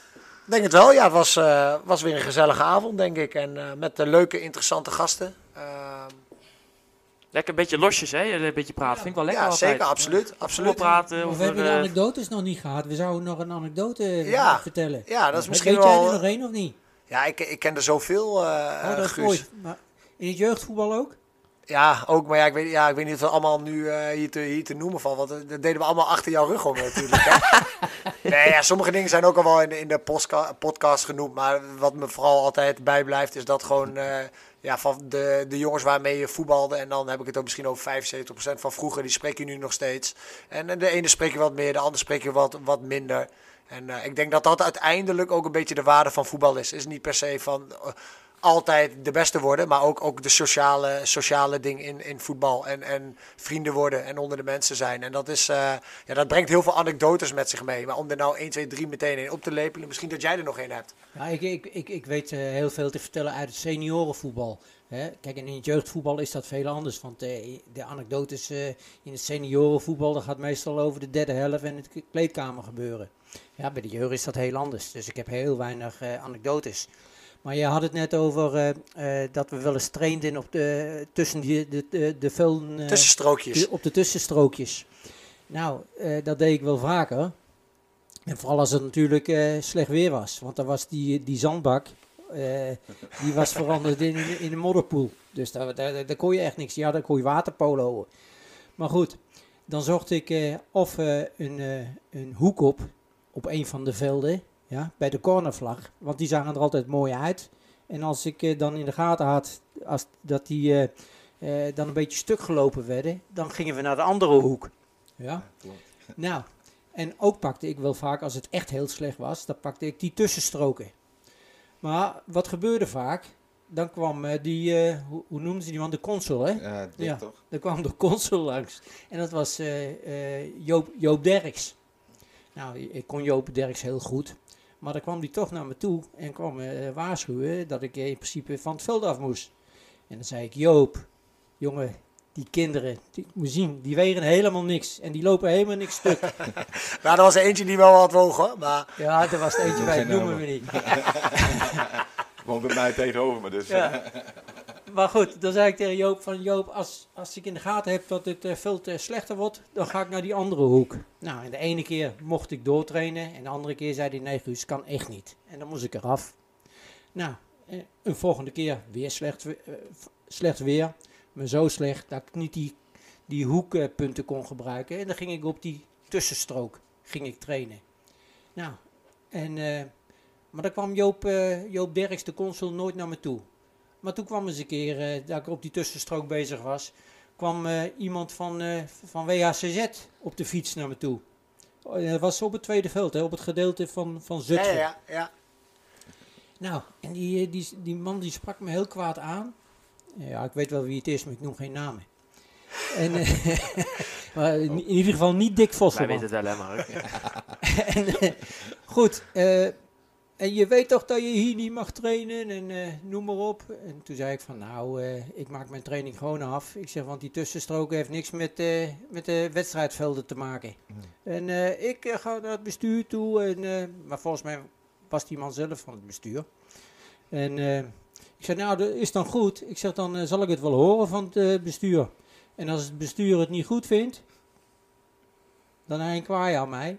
[SPEAKER 5] Ik denk het wel. Ja, het was, uh, was weer een gezellige avond, denk ik. En uh, met de leuke, interessante gasten. Uh,
[SPEAKER 6] Lekker een beetje losjes, hè? Een beetje praten. Ja. Vind ik wel lekker
[SPEAKER 5] ja,
[SPEAKER 6] altijd.
[SPEAKER 5] zeker. Absoluut. absoluut.
[SPEAKER 6] Praten,
[SPEAKER 8] we hebben de anekdotes nog niet gehad. We zouden nog een anekdote
[SPEAKER 5] ja.
[SPEAKER 8] vertellen.
[SPEAKER 5] Ja, dat is misschien
[SPEAKER 8] weet
[SPEAKER 5] wel...
[SPEAKER 8] Weet jij er nog één of niet?
[SPEAKER 5] Ja, ik, ik ken er zoveel, uh,
[SPEAKER 8] oh, dat is
[SPEAKER 5] Guus.
[SPEAKER 8] mooi. Maar in het jeugdvoetbal ook?
[SPEAKER 5] Ja, ook. Maar ja, ik weet, ja, ik weet niet of we allemaal nu uh, hier, te, hier te noemen van. Want dat deden we allemaal achter jouw rug om natuurlijk. Hè? Nee, ja, sommige dingen zijn ook al wel in de, in de postka- podcast genoemd. Maar wat me vooral altijd bijblijft is dat gewoon... Uh, ja, van de, de jongens waarmee je voetbalde. En dan heb ik het ook misschien over vijfenzeventig procent van vroeger. Die spreek je nu nog steeds. En de ene spreek je wat meer, de andere spreek je wat, wat minder. En uh, ik denk dat dat uiteindelijk ook een beetje de waarde van voetbal is. Het is niet per se van... Uh, altijd de beste worden, maar ook, ook de sociale, sociale ding in, in voetbal. En, en vrienden worden en onder de mensen zijn. En dat, is, uh, ja, dat brengt heel veel anekdotes met zich mee. Maar om er nou één, twee, drie meteen in op te lepelen, misschien dat jij er nog één hebt.
[SPEAKER 8] Ja, ik, ik, ik, ik weet uh, heel veel te vertellen uit het seniorenvoetbal. Hè? Kijk, en in het jeugdvoetbal is dat veel anders. Want uh, de anekdotes uh, in het seniorenvoetbal, dat gaat meestal over de derde helft en het kleedkamer gebeuren. Ja, bij de jeugd is dat heel anders. Dus ik heb heel weinig uh, anekdotes. Maar je had het net over uh, uh, dat we wel eens trainden op de, tussen die, de, de, de velden. Uh,
[SPEAKER 5] tussenstrookjes.
[SPEAKER 8] Op de tussenstrookjes. Nou, uh, dat deed ik wel vaker. En vooral als het natuurlijk uh, slecht weer was. Want dan was die, die zandbak, uh, die was veranderd in, in een modderpoel. Dus daar, daar, daar kon je echt niks. Ja, daar kon je waterpoloen. Maar goed, dan zocht ik uh, of uh, een, uh, een hoek op, op een van de velden. Ja, bij de cornervlag, want die zagen er altijd mooi uit. En als ik uh, dan in de gaten had als dat die uh, uh, dan een beetje stuk gelopen werden, dan gingen we naar de andere hoek. Ja, ja nou, en ook pakte ik wel vaak, als het echt heel slecht was, dan pakte ik die tussenstroken. Maar wat gebeurde vaak? Dan kwam uh, die, uh, hoe, hoe noemden ze die man, de consul, hè?
[SPEAKER 7] Ja, dik,
[SPEAKER 8] ja,
[SPEAKER 7] toch?
[SPEAKER 8] Dan kwam de consul langs. En dat was uh, uh, Joop, Joop Derks. Nou, ik kon Joop Derks heel goed. Maar dan kwam hij toch naar me toe en kwam me uh, waarschuwen dat ik uh, in principe van het veld af moest. En dan zei ik, Joop, jongen, die kinderen, die, moet zien, die wegen helemaal niks. En die lopen helemaal niks stuk.
[SPEAKER 5] Nou, er was er eentje die wel wat woog, hoor. Maar...
[SPEAKER 8] Ja, er was er eentje bij, noemen we niet.
[SPEAKER 7] Gewoon bij mij tegenover me, dus.
[SPEAKER 8] Ja. Maar goed, dan zei ik tegen Joop van Joop, als, als ik in de gaten heb dat het uh, veel te slechter wordt, dan ga ik naar die andere hoek. Nou, en de ene keer mocht ik doortrainen en de andere keer zei hij, nee Guus, kan echt niet. En dan moest ik eraf. Nou, uh, een volgende keer weer slecht, uh, slecht weer, maar zo slecht dat ik niet die, die hoekpunten kon gebruiken. En dan ging ik op die tussenstrook ging ik trainen. Nou, en, uh, maar dan kwam Joop, uh, Joop Derks, de consul, nooit naar me toe. Maar toen kwam eens een keer, uh, dat ik op die tussenstrook bezig was, kwam uh, iemand van, uh, van W H C Z op de fiets naar me toe. Uh, dat was op het tweede veld, hè, op het gedeelte van, van Zutphen.
[SPEAKER 5] Ja, ja, ja.
[SPEAKER 8] Nou, en die, die, die man die sprak me heel kwaad aan. Ja, ik weet wel wie het is, maar ik noem geen namen. En, uh, maar in, in ieder geval niet Dick Vosselman.
[SPEAKER 6] Wij weten het wel, hè, Mark.
[SPEAKER 8] en, uh, goed, uh, en je weet toch dat je hier niet mag trainen en uh, noem maar op. En toen zei ik van nou, uh, ik maak mijn training gewoon af. Ik zeg, want die tussenstroken heeft niks met, uh, met de wedstrijdvelden te maken. Mm. En uh, ik uh, ga naar het bestuur toe. En, uh, maar volgens mij was die man zelf van het bestuur. En uh, ik zei, nou, dat is dan goed. Ik zeg, dan uh, zal ik het wel horen van het uh, bestuur. En als het bestuur het niet goed vindt, dan heb je een kwaai aan mij.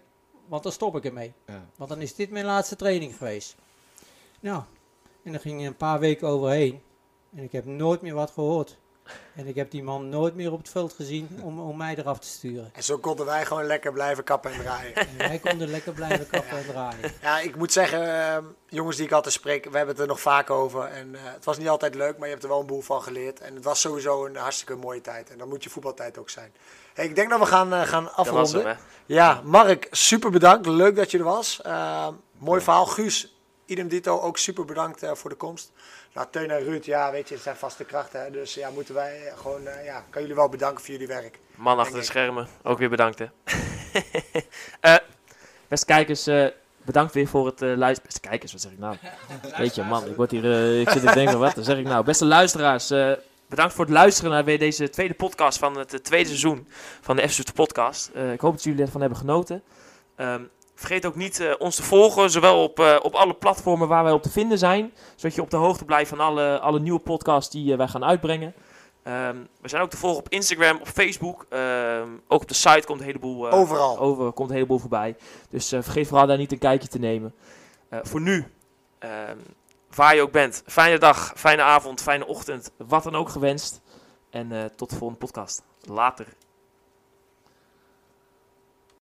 [SPEAKER 8] want dan stop ik ermee.
[SPEAKER 7] Ja.
[SPEAKER 8] Want dan is dit mijn laatste training geweest. Nou, en dan ging er een paar weken overheen. En ik heb nooit meer wat gehoord. En ik heb die man nooit meer op het veld gezien om, om mij eraf te sturen.
[SPEAKER 5] En zo konden wij gewoon lekker blijven kappen en draaien.
[SPEAKER 8] En wij konden lekker blijven kappen en draaien.
[SPEAKER 5] Ja, ik moet zeggen, uh, jongens die ik altijd spreek, we hebben het er nog vaak over. En uh, het was niet altijd leuk, maar je hebt er wel een boel van geleerd. En het was sowieso een hartstikke mooie tijd. En dan moet je voetbaltijd ook zijn. Hey, ik denk dat we gaan, uh, gaan afronden.
[SPEAKER 6] Dat was hem, hè?
[SPEAKER 5] Ja, Mark, super bedankt. Leuk dat je er was. Uh, mooi verhaal. Guus, idem dito, ook super bedankt uh, voor de komst. Nou, Teun en Ruud, ja, weet je, het zijn vaste krachten. Hè? Dus ja, moeten wij gewoon, uh, ja, kan jullie wel bedanken voor jullie werk.
[SPEAKER 6] Man achter de schermen, ook weer bedankt, hè. uh, beste kijkers, uh, bedankt weer voor het uh, luisteren. Beste kijkers, wat zeg ik nou? Weet je, man, ik, word hier, uh, ik zit te denken, wat zeg ik nou? Beste luisteraars, uh, bedankt voor het luisteren naar weer deze tweede podcast van het uh, tweede seizoen van de F C Zutphen podcast. Uh, ik hoop dat jullie ervan hebben genoten. Um, Vergeet ook niet uh, ons te volgen, zowel op, uh, op alle platformen waar wij op te vinden zijn. Zodat je op de hoogte blijft van alle, alle nieuwe podcasts die uh, wij gaan uitbrengen. Um, we zijn ook te volgen op Instagram, op Facebook. Um, ook op de site komt een heleboel, uh,
[SPEAKER 5] Overal.
[SPEAKER 6] Over, komt een heleboel voorbij. Dus uh, vergeet vooral daar niet een kijkje te nemen. Uh, voor nu, um, waar je ook bent, fijne dag, fijne avond, fijne ochtend. Wat dan ook gewenst. En uh, tot de volgende podcast. Later.